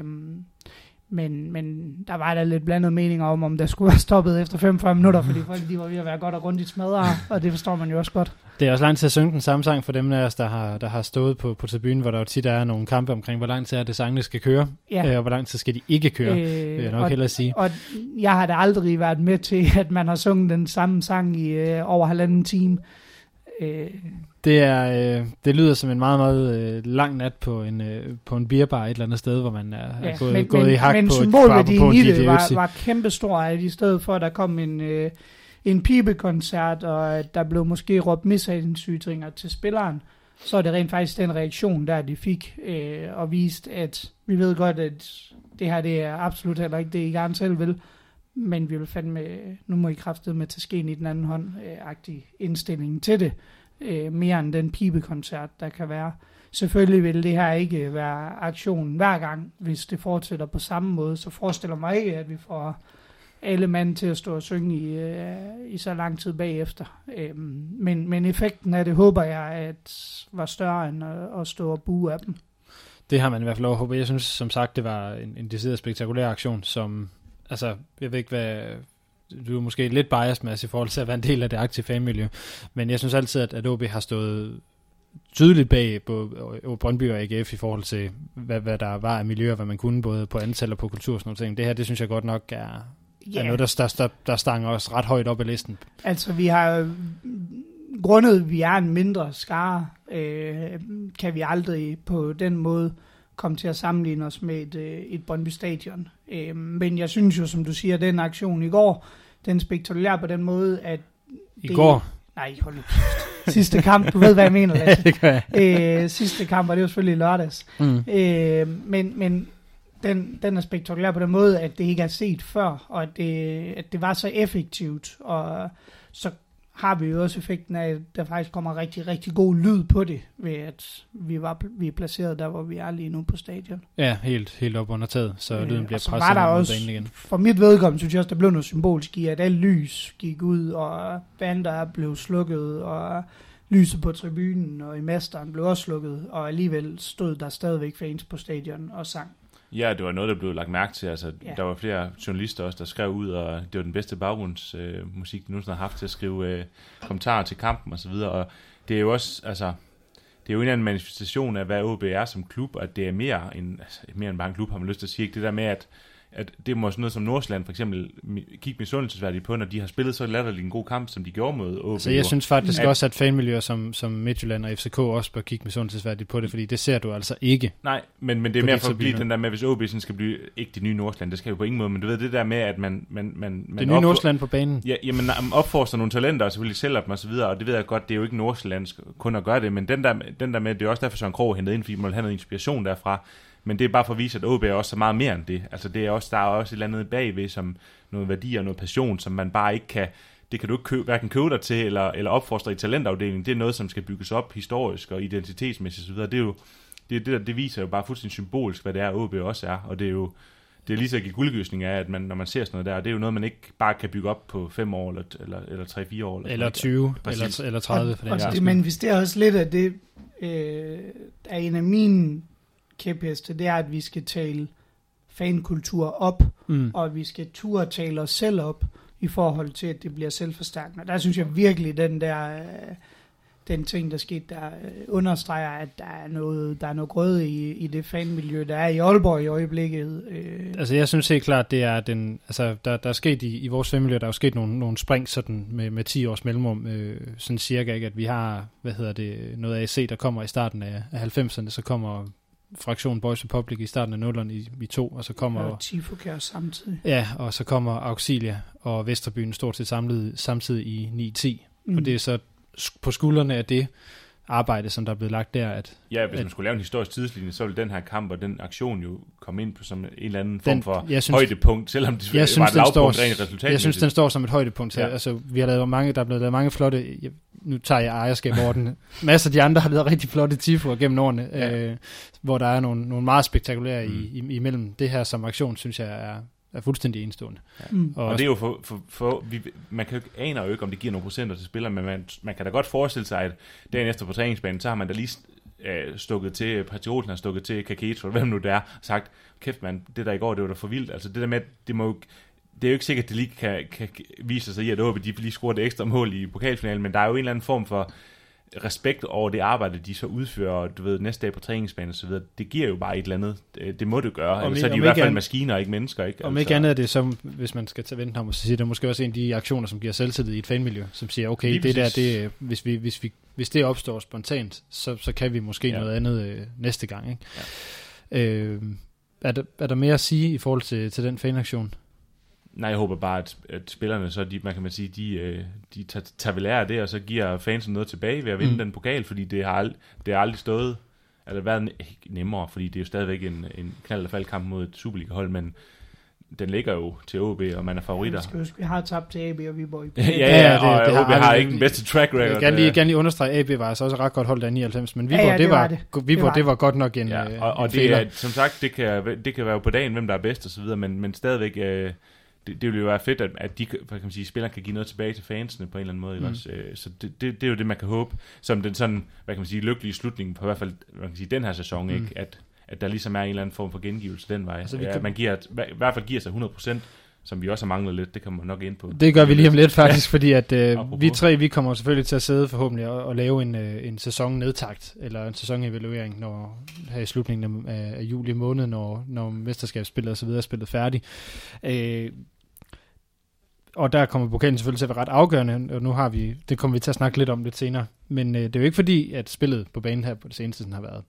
Men der var der lidt blandet meninger om der skulle være stoppet efter 45 minutter, fordi folk de var ved at være godt og grundigt smadret, og det forstår man jo også godt. Det er også lang tid at synge den samme sang for dem af os, der har stået på tribunen, hvor der jo tit er nogle kampe omkring, hvor lang tid er det sangene skal køre, og hvor lang tid skal de ikke køre, vil jeg nok hellere sige. Og jeg har da aldrig været med til, at man har sunget den samme sang i over 1,5 time. Det lyder som en meget, meget lang nat på en beerbar et eller andet sted, hvor man er gået i hak på et symbolværdien i det var kæmpestor, at i stedet for, at der kom en pibekoncert, og at der blev måske råbt mishagsytringer til spilleren, så er det rent faktisk den reaktion, der de fik, og vist, at vi ved godt, at det her det er absolut heller ikke det, I gerne selv vil, men vi vil fandme, nu må I kraftedeme med til skeen i den anden hånd, agtig indstilling til det, mere end den pibekoncert, der kan være. Selvfølgelig vil det her ikke være aktionen hver gang, hvis det fortsætter på samme måde, så forestiller mig ikke, at vi får alle mand til at stå og synge i så lang tid bagefter. Men effekten af det, håber jeg, at var større end at stå og buge af dem. Det har man i hvert fald lov at håbe. Jeg synes, som sagt, det var en decideret spektakulær aktion, som, altså, jeg ved ikke, hvad... Du er måske lidt biased med i forhold til at være en del af det aktive fanmiljø, men jeg synes altid, at OB har stået tydeligt bag på Brøndby og AGF i forhold til, hvad der var af miljøer, hvad man kunne, både på antal og på kultur og sådan noget ting. Det her, det synes jeg godt nok er noget, der stanger os ret højt op i listen. Altså, vi har grundet, vi er en mindre skare, kan vi aldrig på den måde komme til at sammenligne os med et Brøndby Stadion. Men jeg synes jo, som du siger, den aktion i går, den spektakulær på den måde, at... I går? Nej, hold nu. Sidste kamp, du ved, hvad jeg mener. Ja, det gør jeg. Sidste kamp, og det var selvfølgelig lørdags. Men den er spektakulær på den måde, at det ikke er set før, og at det var så effektivt, og så har vi jo også effekten af, at der faktisk kommer rigtig, rigtig god lyd på det, ved at vi er placeret der, hvor vi er lige nu på stadion. Ja, helt op under taget, så lyden bliver presset var der også, igen. For mit vedkommende synes jeg også, der blev noget symbolsk i, at alt lys gik ud, og bander blev slukket, og lyset på tribunen og i masteren blev også slukket, og alligevel stod der stadigvæk fans på stadion og sang. Ja, det var noget, der blev lagt mærke til. Altså, der var flere journalister også, der skrev ud, og det var den bedste baggrundsmusik, de nogensinde har haft til at skrive kommentarer til kampen og så videre. Og det er jo også, altså, det er jo en anden manifestation af, hvad OB er som klub, og det er mere end bare en klub, har man lyst til at sige. Det der med, at det må sådan noget som Nordsjælland for eksempel kigge misundelsesværdigt på, når de har spillet så latterligt en god kamp, som de gjorde mod OB. Så jeg synes faktisk også, at fanmiljøer som Midtjylland og FCK også bør kigge misundelsesværdigt på det, fordi det ser du altså ikke. Nej, men det er mere for at blive den der med, hvis OB sådan skal blive ikke det nye Nordsjælland, det skal jo på ingen måde, men du ved det der med, at man det nye Nordsjælland på banen. Ja, jamen opforster nogle talenter og selvfølgelig sælger dem og så videre, og det ved jeg godt, det er jo ikke Nordsjælland kun at gøre det, men den der med, det er også derfor Søren Krogh hentet ind, fordi man vil have noget inspiration derfra. Men det er bare for at vise, at OB er også så meget mere end det. Altså det er også, der er også et eller andet bagved, som noget værdi og noget passion, som man bare ikke kan, det kan du ikke hverken købe dig til, eller opfostre i talentafdelingen. Det er noget, som skal bygges op historisk og identitetsmæssigt osv. Det er jo, det viser jo bare fuldstændig symbolisk, hvad det er, OB også er. Og det er jo, det er lige så at give guldgøsning af, at man, når man ser sådan noget der, det er jo noget, man ikke bare kan bygge op på 5 år, eller 3-4 år. Eller 20, eller 30. Og det manifesterer også lidt af det, er en af mine kæpheste, det er, at vi skal tale fankultur op, og vi skal turde tale os selv op, i forhold til, at det bliver selvforstærkende. Der synes jeg virkelig, den ting, der skete, der understreger, at der er noget grøde i det fanmiljø, der er i Aalborg i øjeblikket. Altså, jeg synes helt klart, det er der er sket i vores fanmiljø, der er jo sket nogle spring sådan med 10 års mellemrum, sådan cirka, ikke? At vi har, noget AC, der kommer i starten af 90'erne, så kommer fraktion Boys Republic i starten af 0'erne i 2, og så kommer... Og Tifokær samtidig. Ja, og så kommer Auxilia og Vesterbyen stort set samtidig i 9-10. Og det er så på skuldrene af det arbejde, som der er blevet lagt der, at... Ja, hvis man skulle lave en historisk tidslinje, så ville den her kamp og den aktion jo komme ind på som en eller anden form for højdepunkt, selvom det var et lavpunkt rent resultat. Jeg synes, den står som et højdepunkt. Ja. Altså, der er blevet lavet mange flotte... Nu tager jeg ejerskab over den. Masser af de andre har lavet rigtig flotte tifoer gennem årene, hvor der er nogle meget spektakulære imellem. Det her som aktion, synes jeg er fuldstændig enestående. Ja. Og det er jo man kan jo ikke aner jo ikke, om det giver nogle procenter til spillere, men man kan da godt forestille sig, at dagen efter på træningsbanen, så har man da lige stukket til, Patrioten har stukket til Kaketo, hvem nu det er, og sagt, kæft mand, det der i går, det var da for vildt. Altså det der med, det er jo ikke sikkert, at det lige kan vise sig i, at OB de lige scorer det ekstra mål i pokalfinalen, men der er jo en eller anden form for respekt over det arbejde, de så udfører, du ved, næste dag på træningsbanen og så videre. Det giver jo bare et eller andet. Det må det gøre. Ellers så er de i hvert fald maskiner, ikke mennesker. Ikke? Om ikke andet er det som, hvis man skal tage vente om, så siger det måske også en af de aktioner, som giver selvtillid i et fanmiljø, som siger, okay, lige det præcis. Der, det, hvis det opstår spontant, så kan vi måske noget andet næste gang. Ikke? Ja. Er der mere at sige i forhold til den fanaktion? Nej, jeg håber bare, at spillerne, så de tager vel af det, og så giver fansen noget tilbage ved at vinde den pokal, fordi det har aldrig stået, eller været nemmere, fordi det er jo stadigvæk en knald- og faldkamp mod et Superliga-hold, men den ligger jo til OB, og man er favoritter. Vi har tabt til AB og Viborg. Og OB har ikke den bedste track record. Jeg kan lige understrege, AB var altså også ret godt holdt af 99, men Viborg, det var godt nok en og det er, som sagt, det kan være på dagen, hvem der er bedst og så videre, men stadigvæk... Det ville jo være fedt, at de, hvad kan man sige, spillerne kan give noget tilbage til fansene på en eller anden måde. Også. Så det er jo det, man kan håbe, som den sådan, hvad kan man sige, lykkelige slutning på i hvert fald, hvad kan sige, den her sæson, ikke? At der ligesom er en eller anden form for gengivelse den vej. Altså, man giver, i hvert fald giver sig 100%, som vi også har manglet lidt. Det kommer man nok ind på. Det gør vi lige om lidt faktisk, fordi at vi kommer selvfølgelig til at sidde forhåbentlig og lave en sæson nedtakt, eller en sæsonevaluering, når her i slutningen af juli måned, når mesterskabsspillet og så videre er spillet færdigt. Og der kommer pokalen selvfølgelig til at være ret afgørende, og nu har det kommer vi til at snakke lidt om lidt senere. Men det er jo ikke fordi, at spillet på banen her på det seneste har været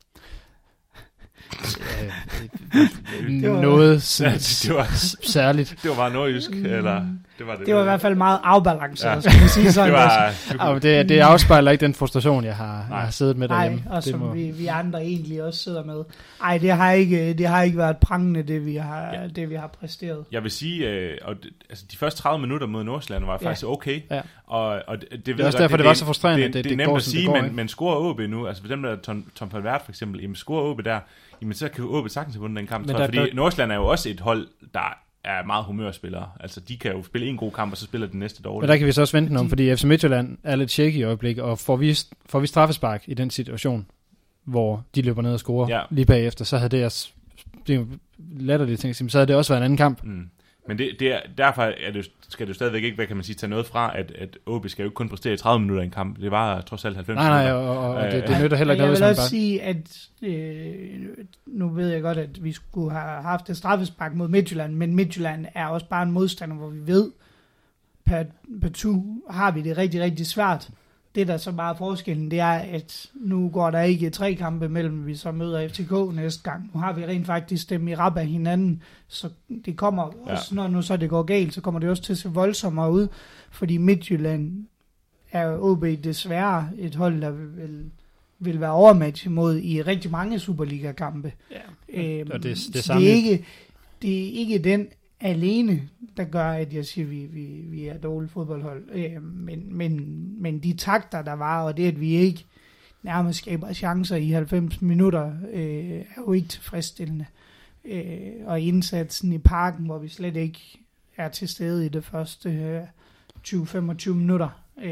noget særligt. Det var bare nordjysk, eller... Det var i hvert fald meget afbalanceret, skal man sige sådan. Det afspejler ikke den frustration, jeg har siddet med derhjemme. Nej, og som vi andre egentlig også sidder med. Ej, det har ikke været prangende, det vi har præsteret. Jeg vil sige, altså de første 30 minutter mod Nordsjælland var faktisk okay. Ja. Og det er også derfor, det var så frustrerende. Det er nemt at sige, men scorer OB nu, altså for dem der Tom Palvert for eksempel, jamen scorer OB der, jamen så kan OB sagtens have vundet den kamp, fordi Nordsjælland er jo også et hold, der er meget humørspillere. Altså, de kan jo spille en god kamp, og så spiller den næste dårligt. Men der kan vi så også vente om, fordi FC Midtjylland er lidt shaky i øjeblikket, og får vi straffespark i den situation, hvor de løber ned og scorer lige bagefter, så havde det er latterligt ting, så havde det også været en anden kamp. Men derfor skal det jo stadigvæk ikke, hvad kan man sige, tage noget fra, at OB skal jo ikke kun præstere i 30 minutter i en kamp. Det var trods alt 90 minutter. Nej, og det nytter heller ikke noget. Jeg vil også sige, at nu ved jeg godt, at vi skulle have haft et straffespark mod Midtjylland, men Midtjylland er også bare en modstander, hvor vi ved, partout har vi det rigtig, rigtig svært. Det, der så bare er forskellen, det er, at nu går der ikke 3 kampe mellem, vi så møder FCK næste gang. Nu har vi rent faktisk dem i rap af hinanden, så det kommer også, når nu så det går galt, så kommer det også til at se voldsommere ud, fordi Midtjylland er OB desværre et hold, der vil være overmatch imod i rigtig mange Superliga-kampe. Ja. Og det er ikke den alene, der gør, at jeg siger, at vi er et dårligt fodboldhold. Men de takter, der var, og det, at vi ikke nærmest skaber chancer i 90 minutter, er jo ikke tilfredsstillende. Og indsatsen i Parken, hvor vi slet ikke er til stede i det første 20-25 minutter.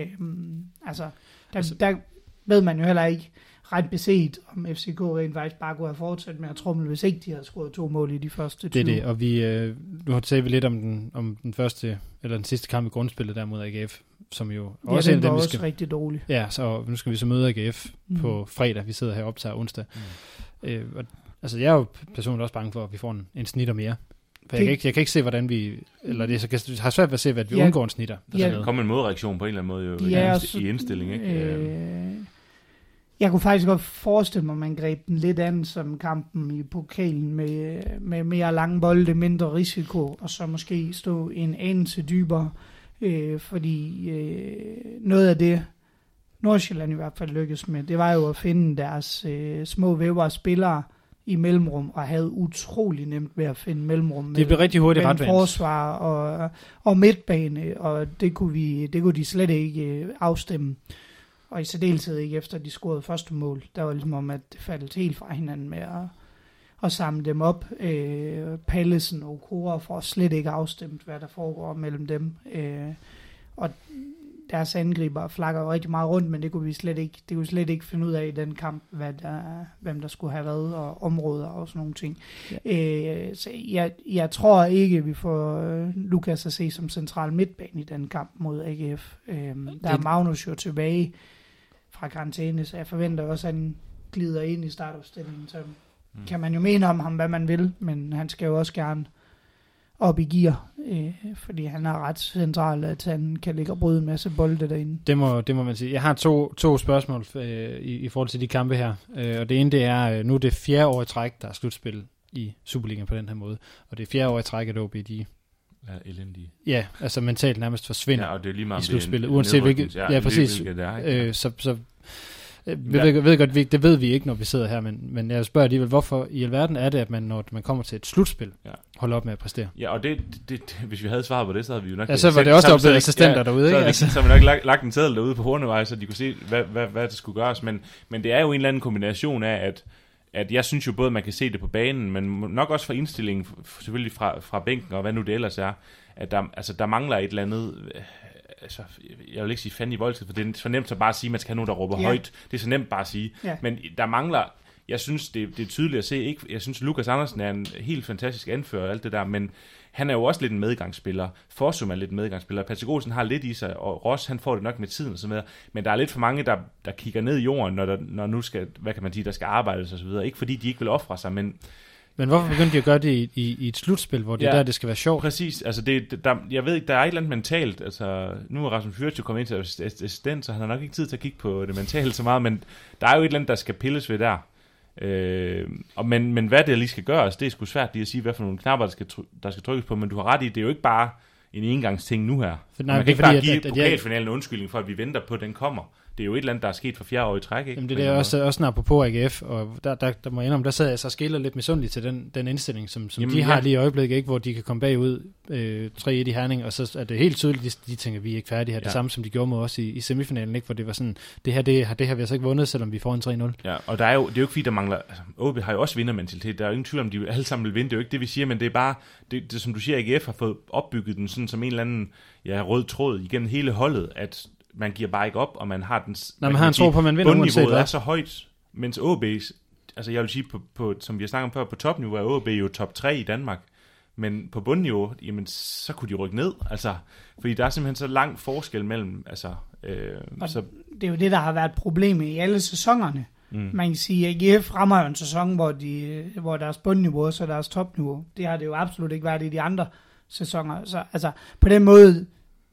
Der ved man jo heller ikke ret beset, om FCK rent faktisk bare kunne have fortsat med at tromle, hvis ikke de havde scoret 2 mål i de første 20. Det er det, og vi nu har talt lidt om den første, eller den sidste kamp i grundspillet der mod AGF, som jo også den var også rigtig dårlig. Ja, så nu skal vi så møde AGF på fredag, vi sidder her op til onsdag. Altså jeg er jo personligt også bange for, at vi får en snitter mere. For jeg kan ikke se, hvordan vi... Eller det har svært ved at se, at vi undgår en snitter. Der kommer en modreaktion på en eller anden måde jo, i indstilling, ikke? Jeg kunne faktisk godt forestille mig, at man greb den lidt an som kampen i pokalen med mere lange bolde, mindre risiko, og så måske stå en anelse dybere, fordi noget af det, Nordsjælland i hvert fald lykkedes med, det var jo at finde deres små vævere spillere i mellemrum, og havde utrolig nemt ved at finde mellemrum. Det blev rigtig hurtigt retvendt. Forsvar og midtbane, og det kunne de slet ikke afstemme. Og i særdeleshed ikke efter de scorede første mål. Der var ligesom om, at det faldt helt fra hinanden med at samle dem op. Pallesen og Okora får slet ikke afstemt, hvad der foregår mellem dem. Og deres angriber flakker jo rigtig meget rundt, men det kunne vi slet ikke finde ud af i den kamp, hvem der skulle have været, og områder og sådan nogle ting. Ja. Så jeg tror ikke, vi får Lukas at se som central midtbane i den kamp mod AGF. Der er Magnus jo tilbage fra karantæne, så jeg forventer også, at han glider ind i startopstillingen. Så kan man jo mene om ham, hvad man vil, men han skal jo også gerne op i gear, fordi han er ret central, at han kan ligge og bryde en masse bolde derinde. Det må man sige. Jeg har to spørgsmål i forhold til de kampe her, og det ene det er, nu er det 4. år i træk, der er slutspil i Superligaen på den her måde, og det er 4. år i træk, at OB de elendige. Ja, altså mentalt nærmest forsvinder og det er lige meget i slutspillet, uanset hvilket, præcis. Det er, så ved godt, det ved vi ikke, når vi sidder her, men jeg spørger alligevel, hvorfor i alverden er det, at man, når man kommer til et slutspil, holder op med at præstere? Ja, og det, hvis vi havde svaret på det, så havde vi jo nok... Ja, så var det også, der blevet assistenter derude, ikke? Så havde vi nok lagt en seddel derude på Hornevej, så de kunne se, hvad det skulle gøres, men det er jo en eller anden kombination af, at jeg synes jo både, man kan se det på banen, men nok også fra indstillingen, selvfølgelig fra bænken, og hvad nu det ellers er, at der mangler et eller andet... Altså, jeg vil ikke sige fanden i voldtid, for det er så nemt at bare sige, at man skal have nogen, der råber højt. Det er så nemt bare at sige. Men der mangler, jeg synes, det er tydeligt at se. Ikke, jeg synes, Lukas Andersen er en helt fantastisk anfører og alt det der, men han er jo også lidt en medgangsspiller. Forsum er lidt en medgangsspiller. Patrick Olsen har lidt i sig, og Ross, han får det nok med tiden og så videre. Men der er lidt for mange, der kigger ned i jorden, når nu skal, hvad kan man sige, der skal arbejdes og så videre. Ikke fordi de ikke vil ofre sig, men hvorfor begyndte de at gøre det i et slutspil, hvor det er der, det skal være sjovt? Præcis. Altså jeg ved ikke, der er et eller andet mentalt. Altså, nu er Rasmus Fyrtje jo kommet ind til assistent, så han har nok ikke tid til at kigge på det mentale så meget, men der er jo et eller andet, der skal pilles ved der. Men hvad det lige skal gøres, det er sgu svært lige at sige, hvad for nogle knapper, der skal trykkes på, men du har ret i, det er jo ikke bare en engangsting nu her. Man kan ikke bare give pokalfinalen en undskyldning for, at vi venter på, at den kommer. Det er jo et eller andet, der er sket for 4 år i træk, ikke? Jamen det er også apropos AGF, og der må jeg indrømme, der sad jeg så skiller lidt misundelig til den indstilling, som de har lige i øjeblikket, ikke, hvor de kan komme bagud 3-1 i Herning, og så er det helt tydeligt, de tænker, vi er ikke færdige her. Det samme, som de gjorde med os i semifinalen, ikke, hvor det var sådan, det har vi altså ikke vundet, selvom vi får en 3-0. Ja, og det er jo ikke fordi, der mangler, altså OB har jo også vindermentalitet, der er jo ingen tvivl om, de alle sammen vil vinde, det er jo ikke det, vi siger, men det er bare, det som du siger, AGF har fået opbygget den sådan som en eller anden rød tråd igennem hele holdet, at man giver bare ikke op, og man har den... Man har en tro på, at man vinder uanset hvad. Bundniveauet er så højt, mens OB, altså jeg vil sige, på, som vi har snakket om før, på topniveau er OB jo top 3 i Danmark, men på bundniveau, jamen, så kunne de rykke ned, altså, fordi der er simpelthen så lang forskel mellem, altså... så det er jo det, der har været problemet i alle sæsonerne. Man kan sige, at AGF rammer jo en sæson, hvor deres bundniveau er så deres topniveau. Det har det jo absolut ikke været i de andre sæsoner. Så altså, på den måde...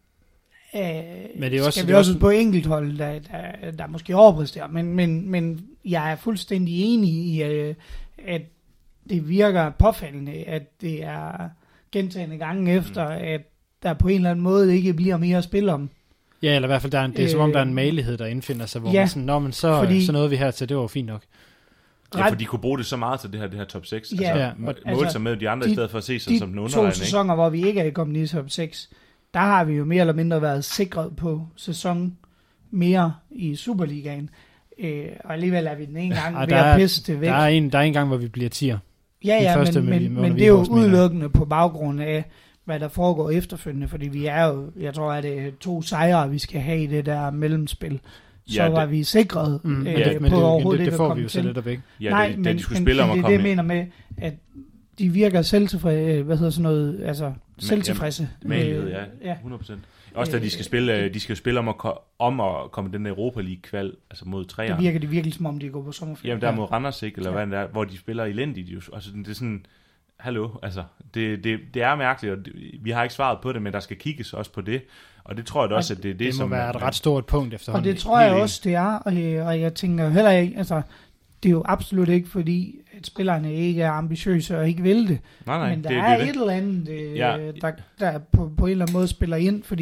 men det er også, skal vi også på enkelthold, der måske overpræsterer, men jeg er fuldstændig enig i, at det virker påfaldende, at det er gentagne gange efter, at der på en eller anden måde ikke bliver mere at spille om. Ja, eller i hvert fald, det er som om, der er en malighed, der indfinder sig, hvor man sådan, så nåede vi her til, det var fint nok. Ja, for de kunne bruge det så meget til det her top 6. Måle sig med de andre, i stedet for at se sig som den underlegne. De 2 sæsoner, hvor vi ikke er kommet i top 6, der har vi jo mere eller mindre været sikret på sæson mere i Superligaen. Og alligevel er vi den ene gang ved at pisse det væk. Der er en gang, hvor vi bliver 10'er. Ja, men det er jo udelukkende på baggrund af, hvad der foregår efterfølgende, fordi vi er jo, jeg tror, at det er 2 sejre, vi skal have i det der mellemspil. Så var vi sikret på overhovedet det får vi jo så lidt af begge. Ja, nej, men de skulle spille om at komme det mener med, at de virker selvtilfredse. Malighed, ja, 100%. Også da de skal spille om at komme den Europa League-kval, altså mod 3'eren. Det virker virkelig som om, de går på sommerferie. Jamen, der er mod Randers, ikke, eller hvad det er, hvor de spiller elendigt. Altså, det er sådan, hallo, altså, det er mærkeligt, og vi har ikke svaret på det, men der skal kigges også på det. Og det tror jeg også, at det som... Det må være et ret stort punkt efterhånden. Og det tror jeg også, det er, og jeg tænker heller ikke, altså... Det er jo absolut ikke, fordi at spillerne ikke er ambitiøse og ikke vil det. Nej, men der er et eller andet, der på en eller anden måde spiller ind, fordi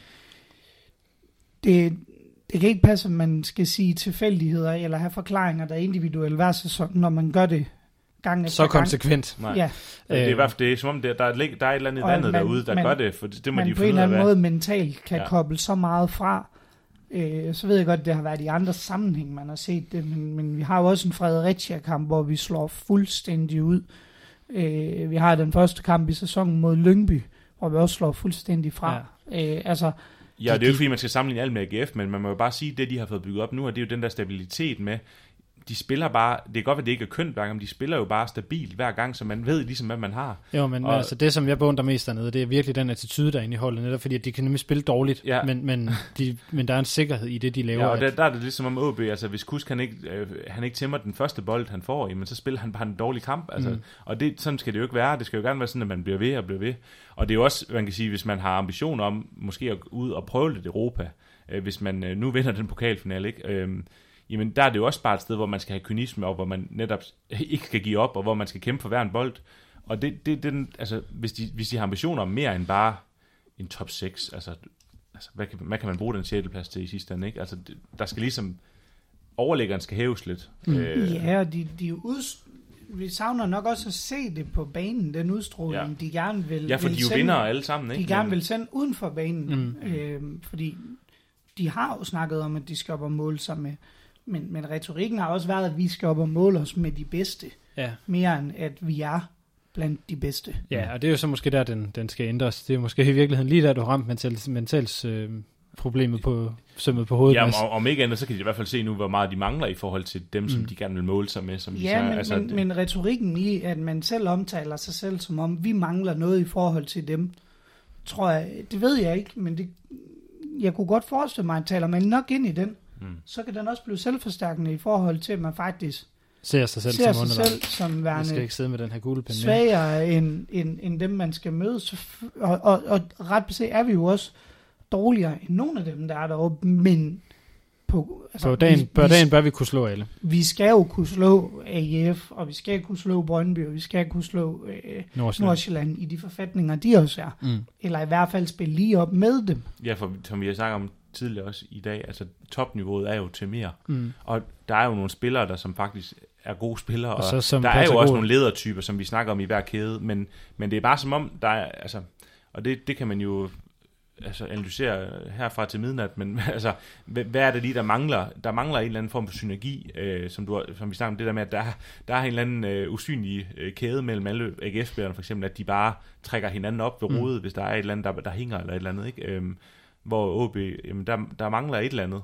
det kan ikke passe, at man skal sige tilfældigheder eller have forklaringer, der er individuelle hver sæson, når man gør det gang efter så konsekvent. Nej. Ja. Det er i hvert fald det er, som om der er et eller andet vandet derude, der gør det, for det må de på en eller anden måde mentalt kan koble så meget fra, Så ved jeg godt, at det har været i andre sammenhæng, man har set det, men vi har jo også en Fredericia-kamp, hvor vi slår fuldstændig ud. Vi har den første kamp i sæsonen mod Lyngby, hvor vi også slår fuldstændig fra. Ja. Ja, det er jo ikke fordi, man skal sammenligne alt med AGF, men man må jo bare sige, at det, de har fået bygget op nu, og det er jo den der stabilitet med, de spiller bare, det er godt, at det ikke er kønt hver gang, men de spiller jo bare stabilt hver gang, så man ved ligesom, hvad man har. Jo, men altså det, som jeg beundrer mest dernede, det er virkelig den attitude, der er inde i holdet, netop fordi, at de kan nemlig spille dårligt, men der er en sikkerhed i det, de laver. Ja, og der er det ligesom om OB, altså hvis Kusk han ikke tæmmer den første bold, han får, men så spiller han bare en dårlig kamp, altså, og sådan skal det jo ikke være, det skal jo gerne være sådan, at man bliver ved og bliver ved, og det er jo også, man kan sige, hvis man har ambitioner om, måske at ud og prøve lidt Europa, hvis man nu vinder den pokalfinale, ikke? Jamen der er det jo også bare et sted, hvor man skal have kynisme, og hvor man netop ikke skal give op, og hvor man skal kæmpe for hver en bold. Og altså, hvis de har ambitioner om mere end bare en top 6, altså hvad kan man bruge den 6. plads til i sidste ende, ikke? Altså, der skal ligesom, overlæggeren skal hæves lidt. Ja, og vi savner nok også at se det på banen, den udstråling, de gerne vil. Ja, for de jo vinder alle sammen, ikke? De gerne vil sende uden for banen, fordi de har jo snakket om, at de skal op og måle sig med. Men retorikken har også været, at vi skal op og måle os med de bedste. Ja. Mere end at vi er blandt de bedste. Ja, og det er jo så måske der, den skal ændres. Det er måske i virkeligheden lige der, du har ramt mentals problemet på sømmet på hovedet. Ja, om ikke andet, så kan de i hvert fald se nu, hvor meget de mangler i forhold til dem, som de gerne vil måle sig med. Som men retorikken i, at man selv omtaler sig selv, som om vi mangler noget i forhold til dem, tror jeg, det ved jeg ikke, men jeg kunne godt forestille mig, at taler man nok ind i den, så kan den også blive selvforstærkende i forhold til, at man faktisk ser sig selv som værende, jeg skal ikke sidde med den her guldepen svagere end dem, man skal møde. Og ret beset er vi jo også dårligere end nogle af dem, der er deroppe, men på dagen bør vi kunne slå alle. Vi skal jo kunne slå AGF, og vi skal kunne slå Brøndby, og vi skal kunne slå Nordsjælland i de forfatninger, de også er. Eller i hvert fald spille lige op med dem. Ja, for som vi har sagt om tidligere også i dag, altså topniveauet er jo til mere. Og der er jo nogle spillere, der som faktisk er gode spillere, og der er jo også nogle ledertyper, som vi snakker om i hver kæde, men det er bare som om, der er, altså, og det kan man jo altså analysere herfra til midnat, men altså, hvad er det lige, der mangler? Der mangler en eller anden form for synergi, som vi snakker om, det der med, at der er en eller anden usynlig kæde mellem alle AGF-spillerne, for eksempel, at de bare trækker hinanden op ved rodet, hvis der er et eller andet, der hænger, eller et eller andet, ikke? Hvor OB, jamen der mangler et eller andet.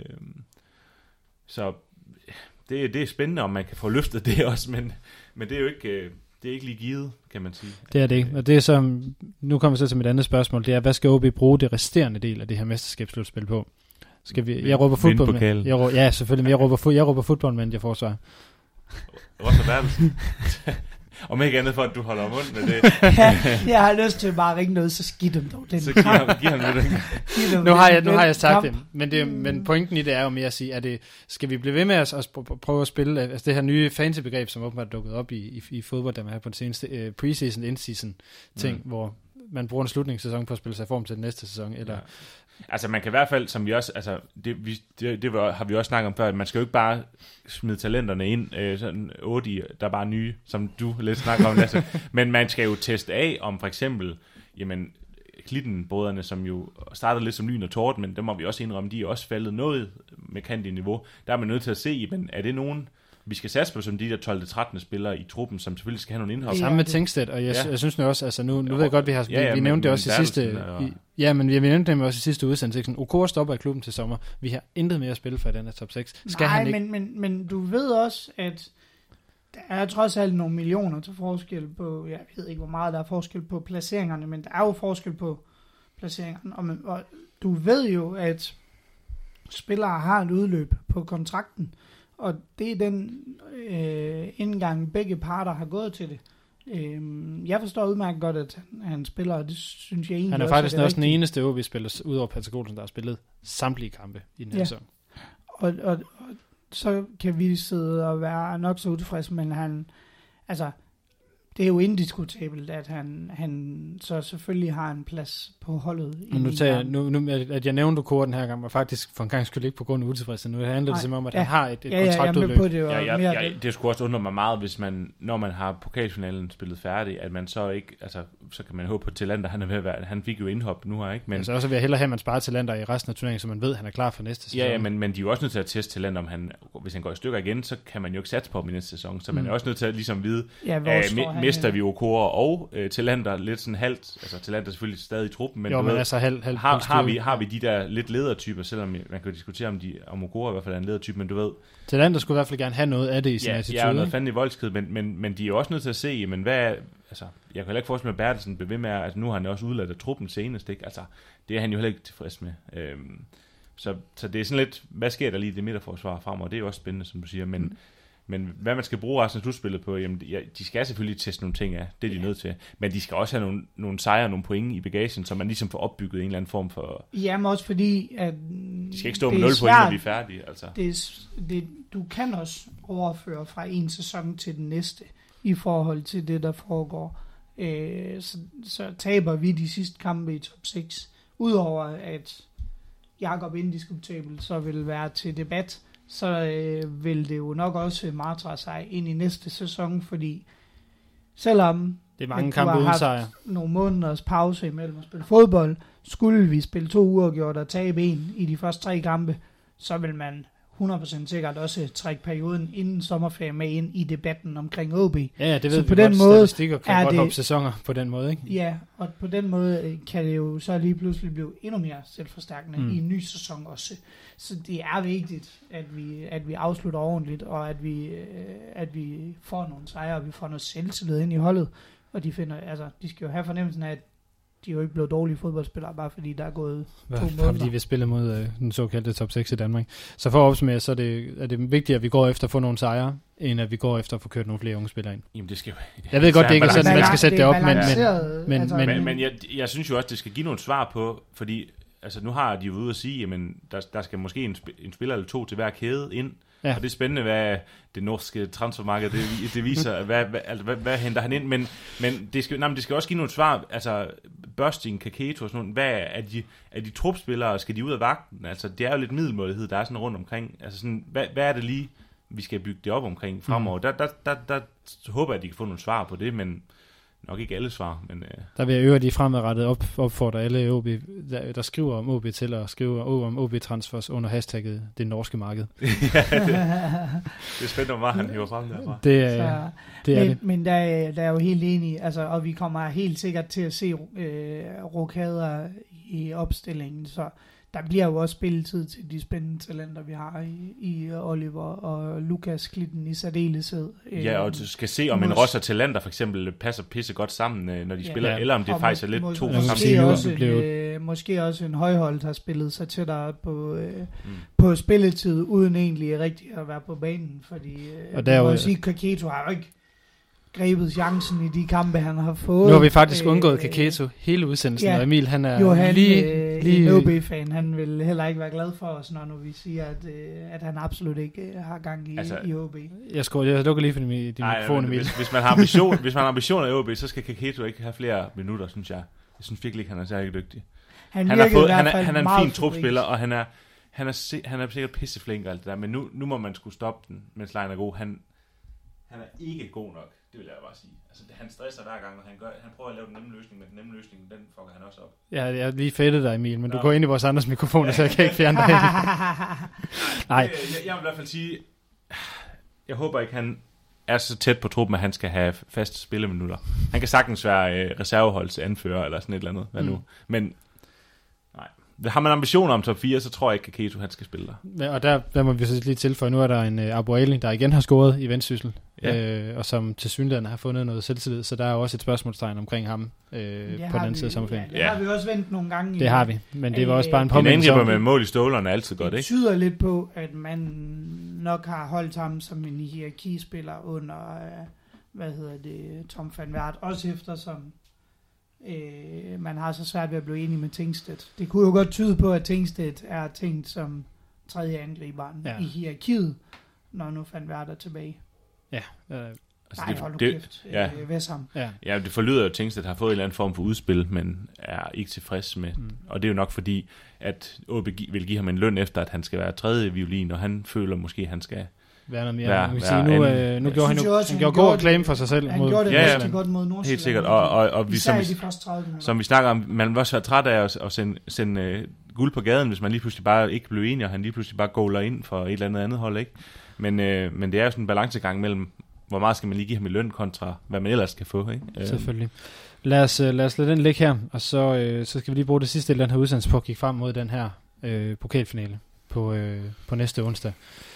Så det er spændende, om man kan få løftet det også, men det er jo ikke... Det er ikke lige givet, kan man sige. Det er det ikke. Og det er så, nu kommer vi så til mit andet spørgsmål, det er, hvad skal OB bruge det resterende del af det her mesterskabsslutspil på? Skal vi, jeg råber fodbold, ja, selvfølgelig, men jeg råber fodbold, men jeg forsvarer. Roger Bertelsen. Om ikke andet for, at du holder mund med det. Jeg har lyst til bare at ringe noget, så giv dem dog den. Så giv ham det. Nu har jeg sagt det, men pointen i det er jo mere at sige, skal vi blive ved med at prøve at spille altså det her nye fancy-begreb, som åbenbart er dukket op i fodbold, der man har på den seneste preseason, in-season ting, hvor man bruger en slutningssæson på at spille sig i form til den næste sæson, eller... Ja. Altså man kan i hvert fald, som vi også, altså det har vi også snakket om før, at man skal jo ikke bare smide talenterne ind, sådan 8, der er bare nye, som du lidt snakker om, Lasse. Men man skal jo teste af, om for eksempel, jamen, Klittenbrødrene, som jo startede lidt som lyn og tårt, men dem må vi også indrømme, de er også faldet noget med kant i niveau. Der er man nødt til at se, men er det nogen, vi skal satse på som de der 12. 13. spillere i truppen, som selvfølgelig skal have nogle indhold. Sammen med Tingstedt, og jeg synes nu også, altså nu ved jeg godt, vi nævnte det også i sidste... men vi nævnte det også i sidste udsendelse. Okora stopper i klubben til sommer. Vi har intet mere at spille for i den her top 6. Men du ved også, at der er trods alt nogle millioner til forskel på, jeg ved ikke, hvor meget der er forskel på placeringerne, men der er jo forskel på placeringerne. Og du ved jo, at spillere har et udløb på kontrakten, og det er den indgang, begge parter har gået til det. Jeg forstår udmærket godt, at han spiller, og det synes jeg egentlig han er faktisk også den eneste OB-spiller, udover Patrick Olsen, der har spillet samtlige kampe i den her sæson. Og så kan vi sidde og være nok så utilfredse, men han, altså, det er jo indiskutabelt, at han så selvfølgelig har en plads på holdet. Nu, at jeg nævnte Okora den her gang, var faktisk for en gang skulle ikke på grund af utilfredshed. Nu handler det simpelthen om, at han har et kontraktudløb. Det skulle også undre mig meget, hvis man, når man har pokalfinalen spillet færdig, at man så ikke, altså, så kan man håbe på Talander, han fik jo indhop nu her, ikke? Men altså også vil jeg hellere have, at man sparer Talander i resten af turneringen, så man ved, at han er klar for næste sæson. Ja, men de er jo også nødt til at teste Talander, om hvis han går i stykker igen, så kan man jo ikke satse på ham i næste sæson, så man er også nødt til at ligesom vide, mister vi Okora og Talander lidt sådan halvt, altså Talander selvfølgelig stadig i truppen, men, men altså har vi de der lidt ledertyper, selvom man kan diskutere om Okora i hvert fald er en ledertype, men du ved, Talander skulle i hvert fald gerne have noget af det i sin attitude. Ja, noget fandme i voldsked, men de er jo også nødt til at se, men hvad er, altså, jeg kan heller ikke forestille mig, at Bertelsen bliver ved med, altså nu har han jo også udladt af truppen senest, ikke? Altså, det er han jo heller ikke tilfreds med. Så det er sådan lidt, hvad sker der lige i det midterforsvar fremover? Det er jo også spændende, som du siger, men hvad man skal bruge resten af slutspillet på, jamen, de skal selvfølgelig teste nogle ting af, det er de nødt til. Men de skal også have nogle sejre, nogle point i bagagen, så man ligesom får opbygget en eller anden form for... Jamen også fordi, at... De skal ikke stå med 0 point, når vi er færdige, altså. Du kan også overføre fra en sæson til den næste, i forhold til det, der foregår. Så taber vi de sidste kampe i top 6. Udover at Jakob indiskutabelt så vil være til debat, så vil det jo nok også martre sig ind i næste sæson, fordi selvom det er mange kampe uden sejr, nogle måneders pause imellem at spille fodbold, skulle vi spille 2 uafgjort og tabe 1 i de første 3 kampe, så vil man 100% sikkert også trække perioden inden sommerferie med ind i debatten omkring OB. Ja, det ved så vi på godt. Den måde statistikker kan godt hoppe sæsoner på den måde, ikke? Ja, og på den måde kan det jo så lige pludselig blive endnu mere selvforstærkende i en ny sæson også. Så det er vigtigt, at vi afslutter ordentligt, og at vi får nogle sejre, og vi får noget selvtillid ind i holdet. Og de skal jo have fornemmelsen af, at de er jo ikke blevet dårlige fodboldspillere, bare fordi der er gået 2 måneder. Fordi vi spiller mod den såkaldte top 6 i Danmark. Så for at opsummere, så er det vigtigt, at vi går efter at få nogle sejre, end at vi går efter at få kørt nogle flere unge spillere ind. Jamen det skal jo... Jeg ved godt, det ikke er sådan, man skal sætte det op, men jeg synes jo også, det skal give nogle svar på, fordi altså, nu har de jo ude at sige, jamen der skal måske en spiller eller 2 til hver kæde ind. Ja. Og det er spændende, hvad det norske transfermarked det viser, hvad henter han ind, men det skal også give nogle svar, altså Børsting, Kaketo og sådan noget, hvad er de trupspillere, skal de ud af vagten, altså det er jo lidt middelmådighed, der er sådan rundt omkring, altså sådan, hvad er det lige, vi skal bygge det op omkring fremover, der håber jeg, at de kan få nogle svar på det, men nok ikke alle svar, men... Der vil jeg øve de fremadrettet opfordre alle OB, der skriver om OB til at skrive om OB-transfers under hashtagget det norske marked. Ja, det er spændende, hvor meget han hiver frem derfra. Men der er jo helt enig, altså, og vi kommer helt sikkert til at se rokader i opstillingen, så der bliver jo også spilletid til de spændende talenter, vi har i Oliver og Lukas Klitten i særdeleshed. Ja, og du skal se, om en Rossa Talander for eksempel passer pisse godt sammen, når de spiller, eller om det faktisk er lidt to samtidig. Måske også en Højholdt har spillet sig tættere på spilletid, uden egentlig rigtig at være på banen, fordi man må sige, Kaketo har jo ikke grebet chancen i de kampe, han har fået. Nu har vi faktisk undgået Kaketo hele udsendelsen, og Emil, han er Johan, lige en OB-fan, han vil heller ikke være glad for os, når vi siger, at han absolut ikke har gang i OB. Jeg lukker lige for din mikrofon, Emil. Hvis man har ambitioner i OB, så skal Kaketo ikke have flere minutter, synes jeg. Jeg synes virkelig ikke, han er særlig dygtig. Han er en fin trupspiller, og han er sikkert pisseflink og alt det der, men nu må man skulle stoppe den, mens lejen er god. Han er ikke god nok. Det vil jeg bare sige. Altså, han stresser hver gang, og han prøver at lave den nemme løsning, men den nemme løsning, den fucker han også op. Ja, jeg har lige fedtet dig, Emil, men du går ind i vores andres mikrofoner, så jeg kan ikke fjerne dig. Nej. Jeg vil i hvert fald sige, jeg håber ikke, han er så tæt på truppen, at han skal have faste spilleminutter. Han kan sagtens være reserveholdsanfører, eller sådan et eller andet. Hvad nu? Men nej. Har man ambitioner om top 4, så tror jeg ikke, at Kaketo han skal spille der. Ja, og der må vi så lige tilføje, nu er der en Abu Ali, der igen har scoret i Vendsyssel, og som til synligheden har fundet noget selvtillid, så der er også et spørgsmålstegn omkring ham på den anden side af sommerferien. Ja, det har vi også vendt nogle gange. Det har vi, men det var også bare en påmindelse om. En med mål i stålerne er altid godt, ikke? Det tyder lidt på, at man nok har holdt ham som en hierarkispiller under, Tom van Wert, også eftersom man har så svært ved at blive enig med Tingstedt. Det kunne jo godt tyde på, at Tingstedt er tænkt som tredje angriberen i hierarkiet, når nu Van Wert er tilbage. Ja, Altså, Nej, hold nu kæft. Vestham. Ja, det forlyder jo, at Tingsted har fået en eller anden form for udspil, men er ikke tilfreds med. Og det er jo nok fordi, at OB vil give ham en løn efter, at han skal være tredje violin, og han føler måske, at han skal være noget mere. Nu gjorde han gjorde god claim for sig selv. Han gjorde det rigtig godt mod Nordsjælland. Helt sikkert. Og vi, som vi snakker om, man var så træt af at sende guld på gaden, hvis man lige pludselig bare ikke blev enig, og han lige pludselig bare goaler ind for et eller andet hold, ikke? Men det er jo sådan en balancegang mellem, hvor meget skal man lige give ham i løn, kontra hvad man ellers skal få, ikke? Selvfølgelig. Lad os lade den ligge her, og så skal vi lige bruge det sidste del af den her udsendelse på at kigge frem mod den her pokalfinale på næste onsdag.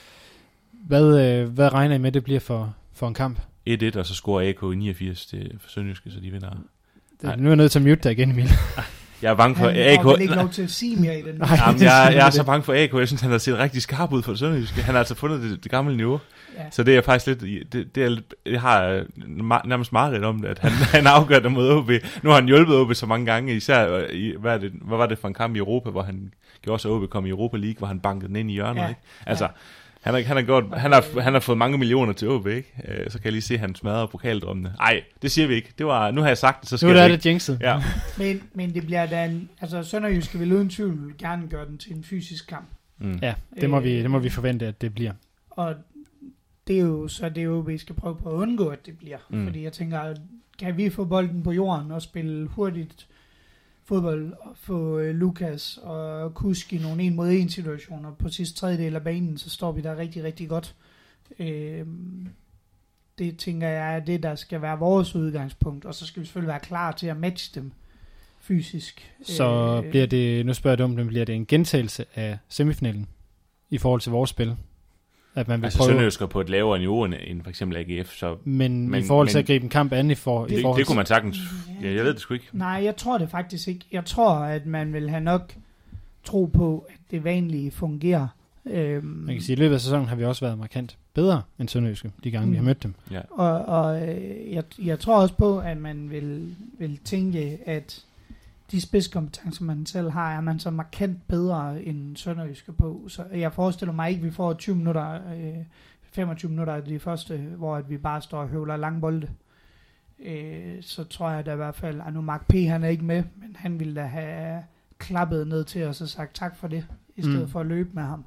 Hvad regner I med, det bliver for en kamp? 1-1, og så scorer AK i 89 til Sønderjyske, så de vinder. Nu er jeg nødt til at mute dig igen, Emil. Jeg er bange for AK. Han har ikke lov til at sige mere i den. Jamen, jeg er så bange for AK. Jeg synes, han har set rigtig skarp ud for Sønderjyske. Han har altså fundet det gamle niveau. Ja. Så det er faktisk lidt... Jeg har nærmest meget om det, at han afgør det mod OB. Nu har han hjulpet OB så mange gange, især hvad var det for en kamp i Europa, hvor han gjorde så OB kom i Europa League, hvor han bankede den ind i hjørnet, ikke? Altså... Ja. Han har fået mange millioner til OB, ikke? Så kan jeg lige se, at han smadrer pokaldrømmene. Nej, det siger vi ikke. Nu har jeg sagt det, så skal nu det ikke. Nu er det jinxet. Ja. men det bliver da Sønderjyske vil uden tvivl gerne gøre den til en fysisk kamp. Ja, det må vi forvente, at det bliver. Og det er jo så det, OB skal prøve på at undgå, at det bliver. Fordi jeg tænker, kan vi få bolden på jorden og spille hurtigt fodbold og få Lukas og Kusk i nogle 1-mod-1 situationer på sidste tredjedel af banen, så står vi der rigtig, rigtig godt. Det tænker jeg er det, der skal være vores udgangspunkt, og så skal vi selvfølgelig være klar til at matche dem fysisk. Så bliver det, nu spørger jeg dumt, men bliver det en gentagelse af semifinalen i forhold til vores spil? At man vil altså Sønderjysker på et lavere niveau end for eksempel AGF. Så, men i forhold til at gribe en kamp an det kunne man sagtens. Ja, jeg ved det sgu ikke. Nej, jeg tror det faktisk ikke. Jeg tror, at man vil have nok tro på, at det vanlige fungerer. Man kan sige, at i løbet af sæsonen har vi også været markant bedre end Sønderjyske, de gange vi har mødt dem. Ja. Og jeg tror også på, at man vil tænke, at de spidskompetencer, man selv har, er man så markant bedre end Sønderjyske på. Så jeg forestiller mig ikke, at vi får 25 minutter af de første, hvor at vi bare står og høvler lange bolde. Så tror jeg da i hvert fald, at nu Mark P. han er ikke med, men han ville da have klappet ned til os og sagt tak for det, i stedet for at løbe med ham.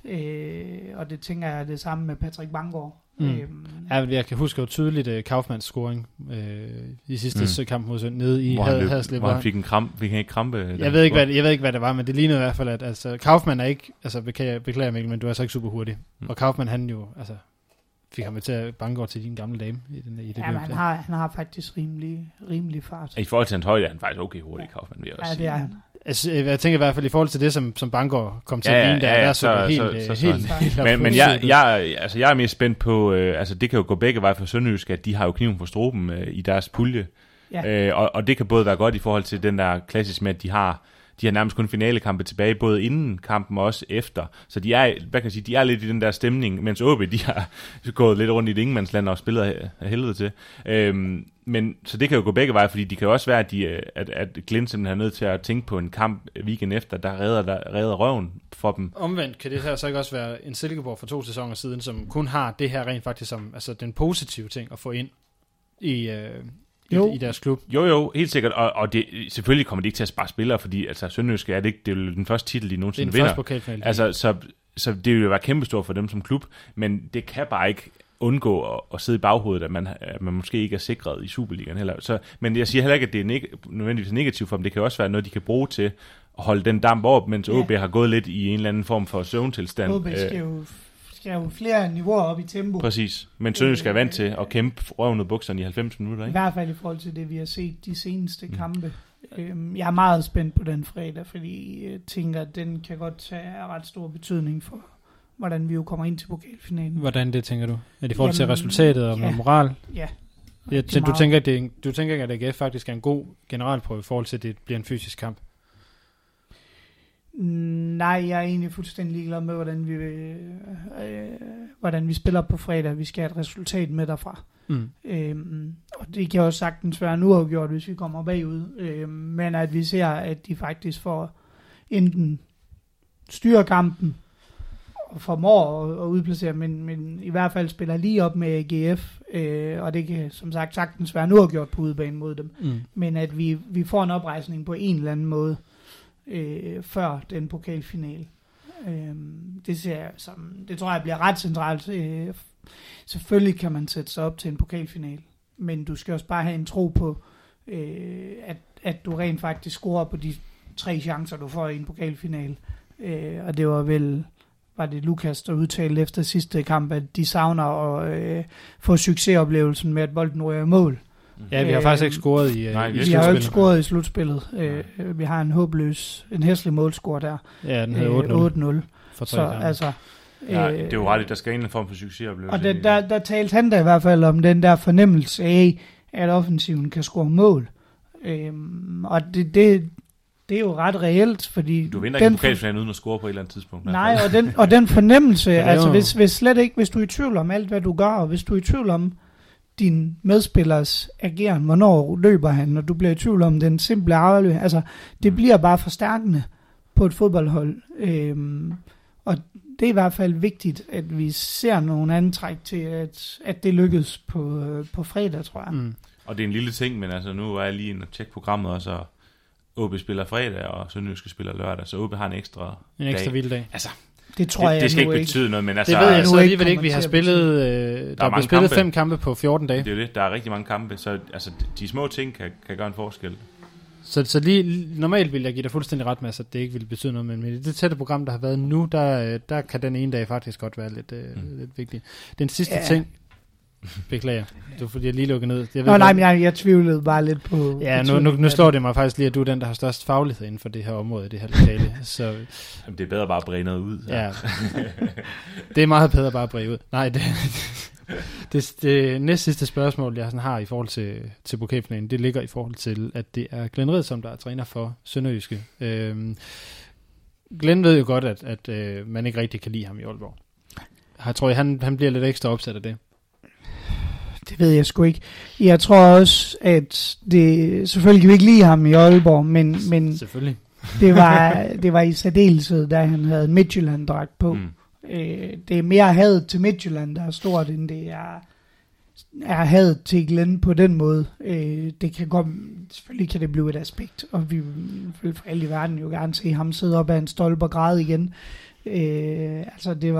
Og det tænker jeg det samme med Patrick Banggaard. Jeg kan huske jo tydeligt Kaufmanns scoring i sidste kamp mod Sønd nede i Haderslev. Hvor han fik en krampe. Jeg ved ikke, hvad det var, men det lignede i hvert fald, at altså, Kaufmann er ikke, altså beklager Mikkel, men du er altså ikke super hurtig. Og Kaufmann, han jo, altså, fik ham til at Banggaard til din gamle dame i det løb. Han har faktisk rimelig fart. I forhold til hans højde er han faktisk okay hurtig, Kaufmann, vil jeg også sige. Ja, det er han. Altså, jeg tænker i hvert fald i forhold til det, som Banggaard kom til at ligne, der så helt. Men jeg er mest spændt på, altså det kan jo gå begge veje for Sønderjysk, at de har jo kniven på struben i deres pulje. Ja. Og det kan både være godt i forhold til den der klassisk med, at de har nærmest kun finalekampe tilbage, både inden kampen og også efter. Så de er lidt i den der stemning, mens OB, de har gået lidt rundt i det ingenmandsland og spillet af helvede til. Men så det kan jo gå begge veje, fordi de kan jo også være, at Glint simpelthen er nødt til at tænke på en kamp weekend efter, der redder røven for dem. Omvendt kan det her så ikke også være en Silkeborg for 2 sæsoner siden, som kun har det her rent faktisk som altså den positive ting at få ind i deres klub. Jo, helt sikkert. Og det, selvfølgelig kommer de ikke til at spare spillere, fordi altså Sønderjyske er det ikke, det er jo den første titel, de nogensinde vinder. Altså, så det vil jo være kæmpestort for dem som klub, men det kan bare ikke undgå at sidde i baghovedet, at man måske ikke er sikret i Superligaen heller. Men jeg siger heller ikke, at det er nødvendigvis negativt for dem. Det kan også være noget, de kan bruge til at holde den damp op, mens OB har gået lidt i en eller anden form for søvntilstand. OB skal jo flere niveauer op i tempo. Præcis. Men Sønderjyske er vant til at kæmpe røven ud bukserne i 90 minutter, ikke? I hvert fald i forhold til det, vi har set de seneste kampe. Jeg er meget spændt på den fredag, fordi jeg tænker, at den kan godt tage ret stor betydning for, hvordan vi jo kommer ind til pokalfinalen. Hvordan det, tænker du? Er det i forhold til resultatet og moral? Ja. Du tænker, at AGF faktisk er en god generalprøve i forhold til, at det bliver en fysisk kamp? Nej, jeg er egentlig fuldstændig ligeglad med, hvordan vi spiller på fredag. Vi skal have et resultat med derfra. Og det kan også sagtens være en uafgjort, hvis vi kommer bagud. Men at vi ser, at de faktisk får enten styre kampen formår at udplacere, men i hvert fald spiller lige op med AGF, og det kan som sagt sagtens være nu gjort på udebane mod dem. Men at vi får en oprejsning på en eller anden måde før den pokalfinale. Det ser jeg som, det tror jeg bliver ret centralt. Selvfølgelig kan man sætte sig op til en pokalfinale, men du skal også bare have en tro på, at du rent faktisk scorer på de 3 chancer, du får i en pokalfinale. Og det var det Lukas, der udtalte efter sidste kamp, at de savner at få succesoplevelsen med, at bolden ryger i mål. Ja, vi har faktisk ikke scoret i vi har jo ikke scoret i slutspillet. Vi har en hæslig målscore der. Ja, den hedder 8-0. Så altså... det er jo ret, der skal en form for succesoplevelse. Og der talte han da i hvert fald om den der fornemmelse af, at offensiven kan score mål. Og det er jo ret reelt, fordi... Du vinder ikke pokalfinalen uden at score på et eller andet tidspunkt. Nej, og den fornemmelse, altså hvis du er i tvivl om alt, hvad du gør, og hvis du er i tvivl om din medspillers ageren, hvornår løber han, og du bliver i tvivl om den simple afløb, altså det bliver bare forstærkende på et fodboldhold. Og det er i hvert fald vigtigt, at vi ser nogle antræk til, at det lykkes på fredag, tror jeg. Og det er en lille ting, men altså nu er jeg lige inde og tjekke programmet, og så OB spiller fredag, og Sønderjyske spiller lørdag, så OB har en ekstra vild dag. Altså, det tror jeg det skal nu ikke betyde noget, men altså... Det ved jeg så alligevel ikke, vi har spillet... der er spillet 5 kampe på 14 dage. Det er jo det, der er rigtig mange kampe, så altså, de små ting kan gøre en forskel. Så lige normalt vil jeg give dig fuldstændig ret med, at det ikke vil betyde noget, men i det tætte program, der har været nu, der kan den ene dag faktisk godt være lidt vigtig. Den sidste ting... Beklager, fordi jeg lige lukker ned. Men jeg tvivlede bare lidt på... Ja, nu slår det mig faktisk lige, at du er den, der har størst faglighed inden for det her område, det her lokale. Så... Jamen, det er bedre bare at bræge noget ud. Ja. Det er meget bedre bare at bræge ud. Nej, det næste sidste spørgsmål, jeg sådan har i forhold til pokalfinalen, det ligger i forhold til, at det er Glenn Red, som der er træner for Sønderjyske. Glenn ved jo godt, at man ikke rigtig kan lide ham i Aalborg. Jeg tror, han bliver lidt ekstra opsat af det. Det ved jeg sgu ikke. Jeg tror også, at det... Selvfølgelig kan vi ikke lide ham i Aalborg, men selvfølgelig. det var i særdeleshed, da han havde Midtjylland-dragt på. Det er mere hadet til Midtjylland, der er stort, end det er hadet til Glenn på den måde. Det kan komme... Selvfølgelig kan det blive et aspekt, og vi vil for alle i verden jo gerne se ham sidde op ad en stolpe og græde igen. Altså det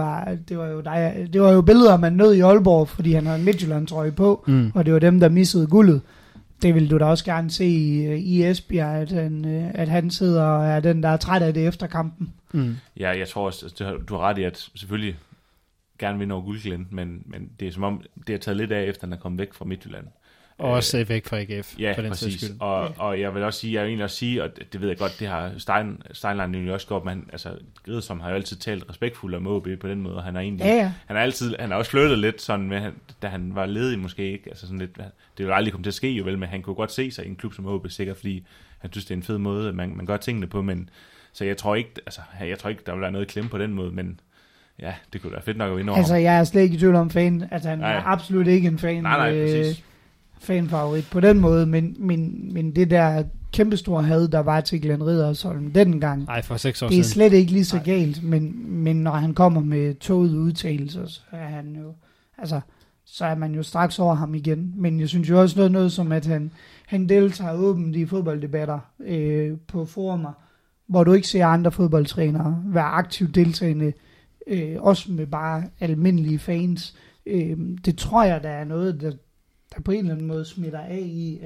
var jo billeder man nød i Aalborg, fordi han havde en Midtjylland-trøje på, og det var dem der missede guldet. Det vil du da også gerne se i Esbjerg, at han sidder og er den der er træt af det efter kampen. Ja, jeg tror også du har ret i, at selvfølgelig gerne vinde over guldglænd, men det er som om det er taget lidt af efter han er kommet væk fra Midtjylland. Og også væk fra AGF. Ja, for den præcis. Og jeg vil også sige, og det ved jeg godt, det har Steinlein jo også gjort, men altså, Gridesom har jo altid talt respektfuldt om OB på den måde, og han er egentlig, han har også flyttet lidt sådan med, da han var ledig måske ikke, altså sådan lidt, det ville aldrig komme til at ske jo vel, men han kunne godt se sig i en klub som OB, sikkert fordi han synes, det er en fed måde, man gør tingene på, men så jeg tror ikke, der vil være noget klemme på den måde, men ja, det kunne være fedt nok at vinde over. Altså, jeg er slet ikke i tvivl om fan, altså han er absolut ikke en fan. Nej, præcis. Fanfavorit på den måde, men det der kæmpestore had, der var til Glenn Riddersholm dengang, for 6 år det er slet ikke lige så galt, men når han kommer med tågede udtalelser, så er han jo, altså, så er man jo straks over ham igen, men jeg synes jo også noget som, at han deltager åbent i fodbolddebatter på forumer, hvor du ikke ser andre fodboldtrænere være aktivt deltagende, også med bare almindelige fans. Det tror jeg, der er noget, der på en eller anden måde smitter af i,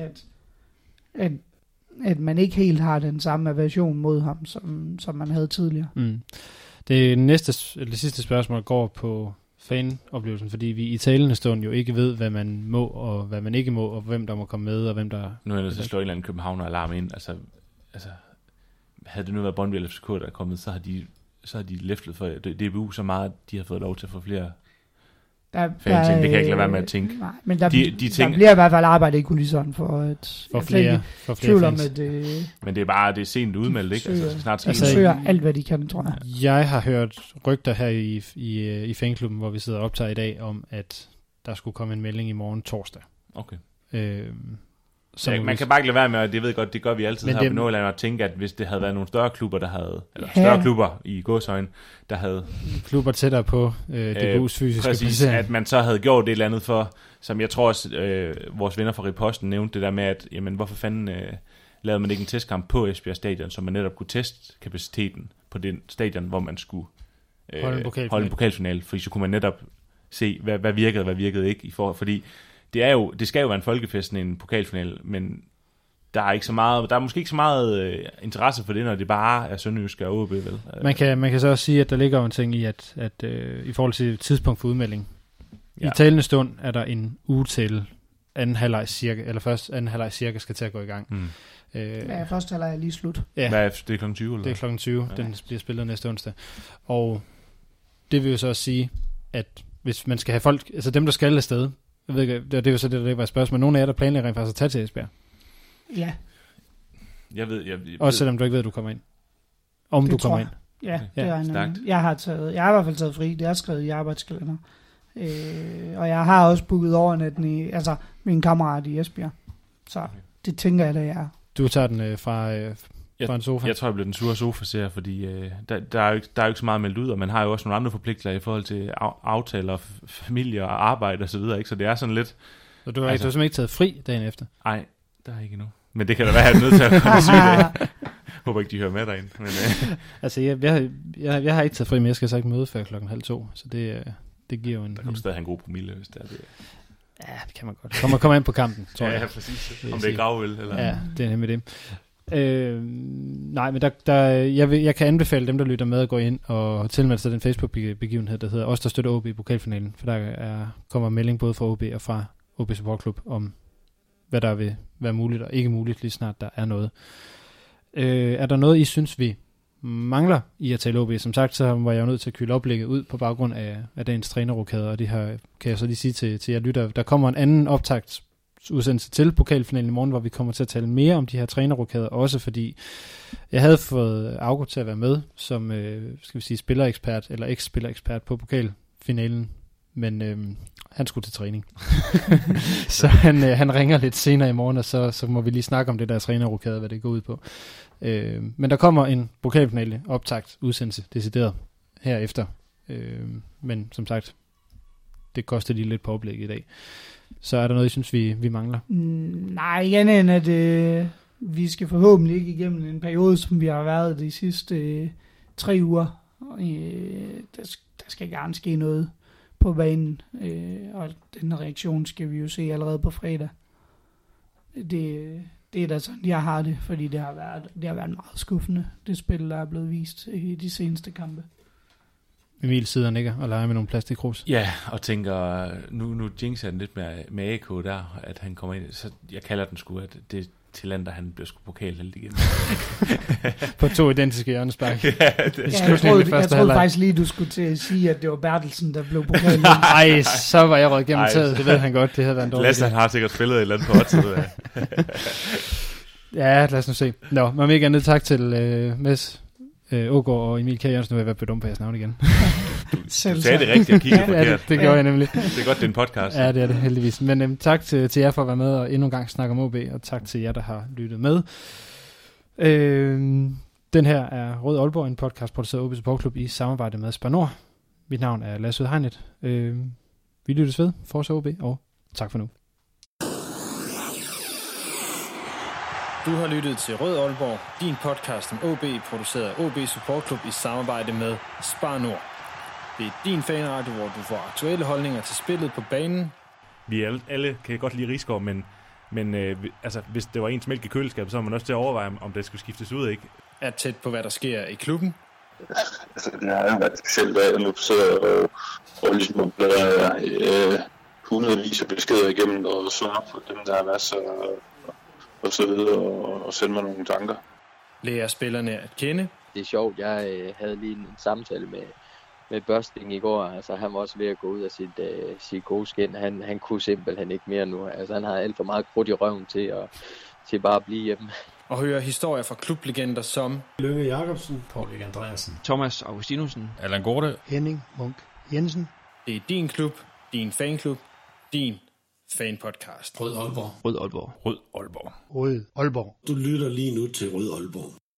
at man ikke helt har den samme aversion mod ham, som man havde tidligere. Det sidste spørgsmål går på fanoplevelsen, fordi vi i talende stund jo ikke ved, hvad man må, og hvad man ikke må, og hvem der må komme med, og hvem der... Nu er jeg nødt til at slå en eller anden Københavner-alarm ind. Altså, havde det nu været Brøndby eller FCK, der er kommet, så har de løftet for DBU så meget, at de har fået lov til at få flere... Det kan jeg ikke lade være med at tænke. Nej, men der bliver i hvert fald arbejde i kulisserne for flere fans. Men det er bare, det er sent udmeldt, ikke? Altså, snart søger alt, hvad de kan, tror jeg. Jeg har hørt rygter her i fanklubben, hvor vi sidder og optager i dag, om at der skulle komme en melding i morgen torsdag. Okay. Man kan bare ikke lade være med, og det ved godt, det gør vi altid her på Nordjylland, og tænke, at hvis det havde været nogle større klubber, der havde, eller større klubber i gåsøjne, der havde... Klubber tættere på DBU's fysiske placering. At man så havde gjort det eller andet for, som jeg tror også, vores venner fra Riposten nævnte, det der med, at jamen, hvorfor fanden lavede man ikke en testkamp på Esbjerg Stadion, så man netop kunne teste kapaciteten på den stadion, hvor man skulle holde en pokalfinale, fordi så kunne man netop se, hvad virkede og hvad virkede ikke, fordi det skal jo være en folkefest, en pokalfinale, men der er måske ikke så meget interesse for det, når det bare er Sønderjysk og OB, vel? Man kan så også sige, at der ligger en ting i, at i forhold til tidspunkt for udmelding, i talende stund er der en uge til anden halvleg cirka, eller først anden halvleg cirka skal til at gå i gang. Første halvleg er lige slut. Ja, hvad er det kl. 20? Eller? Det er kl. 20, den bliver spillet næste onsdag. Og det vil jo så også sige, at hvis man skal have folk, altså dem, der skal afsted, jeg ved ikke, det er jo så det, der var et spørgsmål. Nogle af jer, der planlægger rent faktisk at tage til Esbjerg? Ja. Jeg ved. Også selvom du ikke ved, at du kommer ind. Om du kommer ind. Ja, det er jeg har i hvert fald taget fri. Det er skrevet i arbejdskalender. Og jeg har også booket overnatten i min kammerat i Esbjerg. Så det tænker jeg, da jeg er. Du tager den fra en sofa? Jeg tror, jeg bliver den sure sofa-serie, fordi der er jo ikke så meget meldt ud, og man har jo også nogle andre forpligtelser i forhold til aftaler, familie og arbejde og så videre, ikke? Så det er sådan lidt... Så du har simpelthen ikke taget fri dagen efter? Nej, der er ikke endnu. Men det kan da være, at jeg er nødt til at komme syg af. Håber ikke, de hører med derinde. Men, altså, jeg har ikke taget fri, men jeg skal så ikke møde før 1:30, så det giver jo en... Der kan du stadig have en god promille, hvis det er det. Ja, det kan man godt. Kommer ind på kampen, tror jeg. Ja, præcis. Om det er gravøl, eller... Ja, det er nemlig det. Nej, men jeg kan anbefale dem, der lytter med, at gå ind og tilmelde sig den Facebook-begivenhed, der hedder Os, der støtter OB i pokalfinalen, for der kommer melding både fra OB og fra OB Support Club om, hvad der vil være muligt og ikke muligt, lige snart der er noget. Er der noget, I synes, vi mangler i at tale OB? Som sagt, så var jeg jo nødt til at kylde oplægget ud på baggrund af dagens trænerrokade, og det her kan jeg så lige sige til jer lytter. Der kommer en anden optagsudsendelse til pokalfinalen i morgen, hvor vi kommer til at tale mere om de her trænerrokader, også fordi jeg havde fået Augo til at være med som skal vi sige spillerekspert eller eks-spillerekspert på pokalfinalen, men han skulle til træning. Så han ringer lidt senere i morgen, og så må vi lige snakke om det der trænerrokade, hvad det går ud på. Men der kommer en pokalfinale optagt udsendelse decideret herefter. Men som sagt, det koster lige lidt på oplægget i dag. Så er der noget, I synes, vi mangler? Nej, igen end at vi skal forhåbentlig ikke igennem en periode, som vi har været de sidste 3 uger. Der skal gerne ske noget på banen, og den reaktion skal vi jo se allerede på fredag. Det er da sådan, jeg har det, fordi det har været meget skuffende, det spil, der er blevet vist i de seneste kampe. Emil sidder og nikker og leger med nogle plastikkrus. Ja, og tænker, nu jinxer den lidt med AK der, at han kommer ind, så jeg kalder den sgu, at det til land, der han bliver sgu pokalhelt igen. På 2 identiske hjørnespark. Jeg troede faktisk lige, du skulle til at sige, at det var Bertelsen, der blev pokalhelt. Nej, så var jeg røget gennem taget. Det ved han godt, det havde været en dårlig. Lasse, han har sikkert spillet et eller andet på odds. Ja, lad os nu se. Nå, men ikke andet tak til Mads Ågaard og Emil K. Jørgensen. Nu vil jeg være bedummet på jeres navn igen. Du sagde det rigtigt, jeg kiggede forkert. Ja, det gjorde jeg nemlig. Det er godt, det er en podcast. Ja, det er det heldigvis. Men tak til jer for at være med og endnu en gang snakke om OB, og tak til jer, der har lyttet med. Den her er Rød Aalborg, en podcast produceret af OB Support Club i samarbejde med Spar Nord. Mit navn er Lasse Hegnet. Vi lyttes ved. Fortsæt OB, og tak for nu. Du har lyttet til Rød Aalborg, din podcast om OB, produceret af OB Support Club i samarbejde med Spar Nord. Det er din fanradio, hvor du får aktuelle holdninger til spillet på banen. Vi alle kan godt lide Risgaard, men altså, hvis det var ens mælk i køleskabet, så var man også til at overveje, om det skulle skiftes ud, ikke? Er tæt på, hvad der sker i klubben. Altså, det har jo været specielt, at jeg nu sidder og ligesom bladrer hundredvis af beskeder igennem og svarer på dem, der har været så... og så videre, og sende mig nogle tanker. Lærer spillerne at kende. Det er sjovt, jeg havde lige en samtale med Børsting i går. Altså, han var også ved at gå ud af sit gode skin. Han kunne simpelthen ikke mere nu. Altså, han har alt for meget krudt i røven til bare at blive hjemme. Og høre historier fra klublegender som Løve Jacobsen, Paul Erik Andreasen, Thomas Augustinussen, Allan Gorte, Henning Munk Jensen. Det er din klub, din fanklub, din fan-podcast. Rød Aalborg. Rød Aalborg. Rød Aalborg. Rød Aalborg. Du lytter lige nu til Rød Aalborg.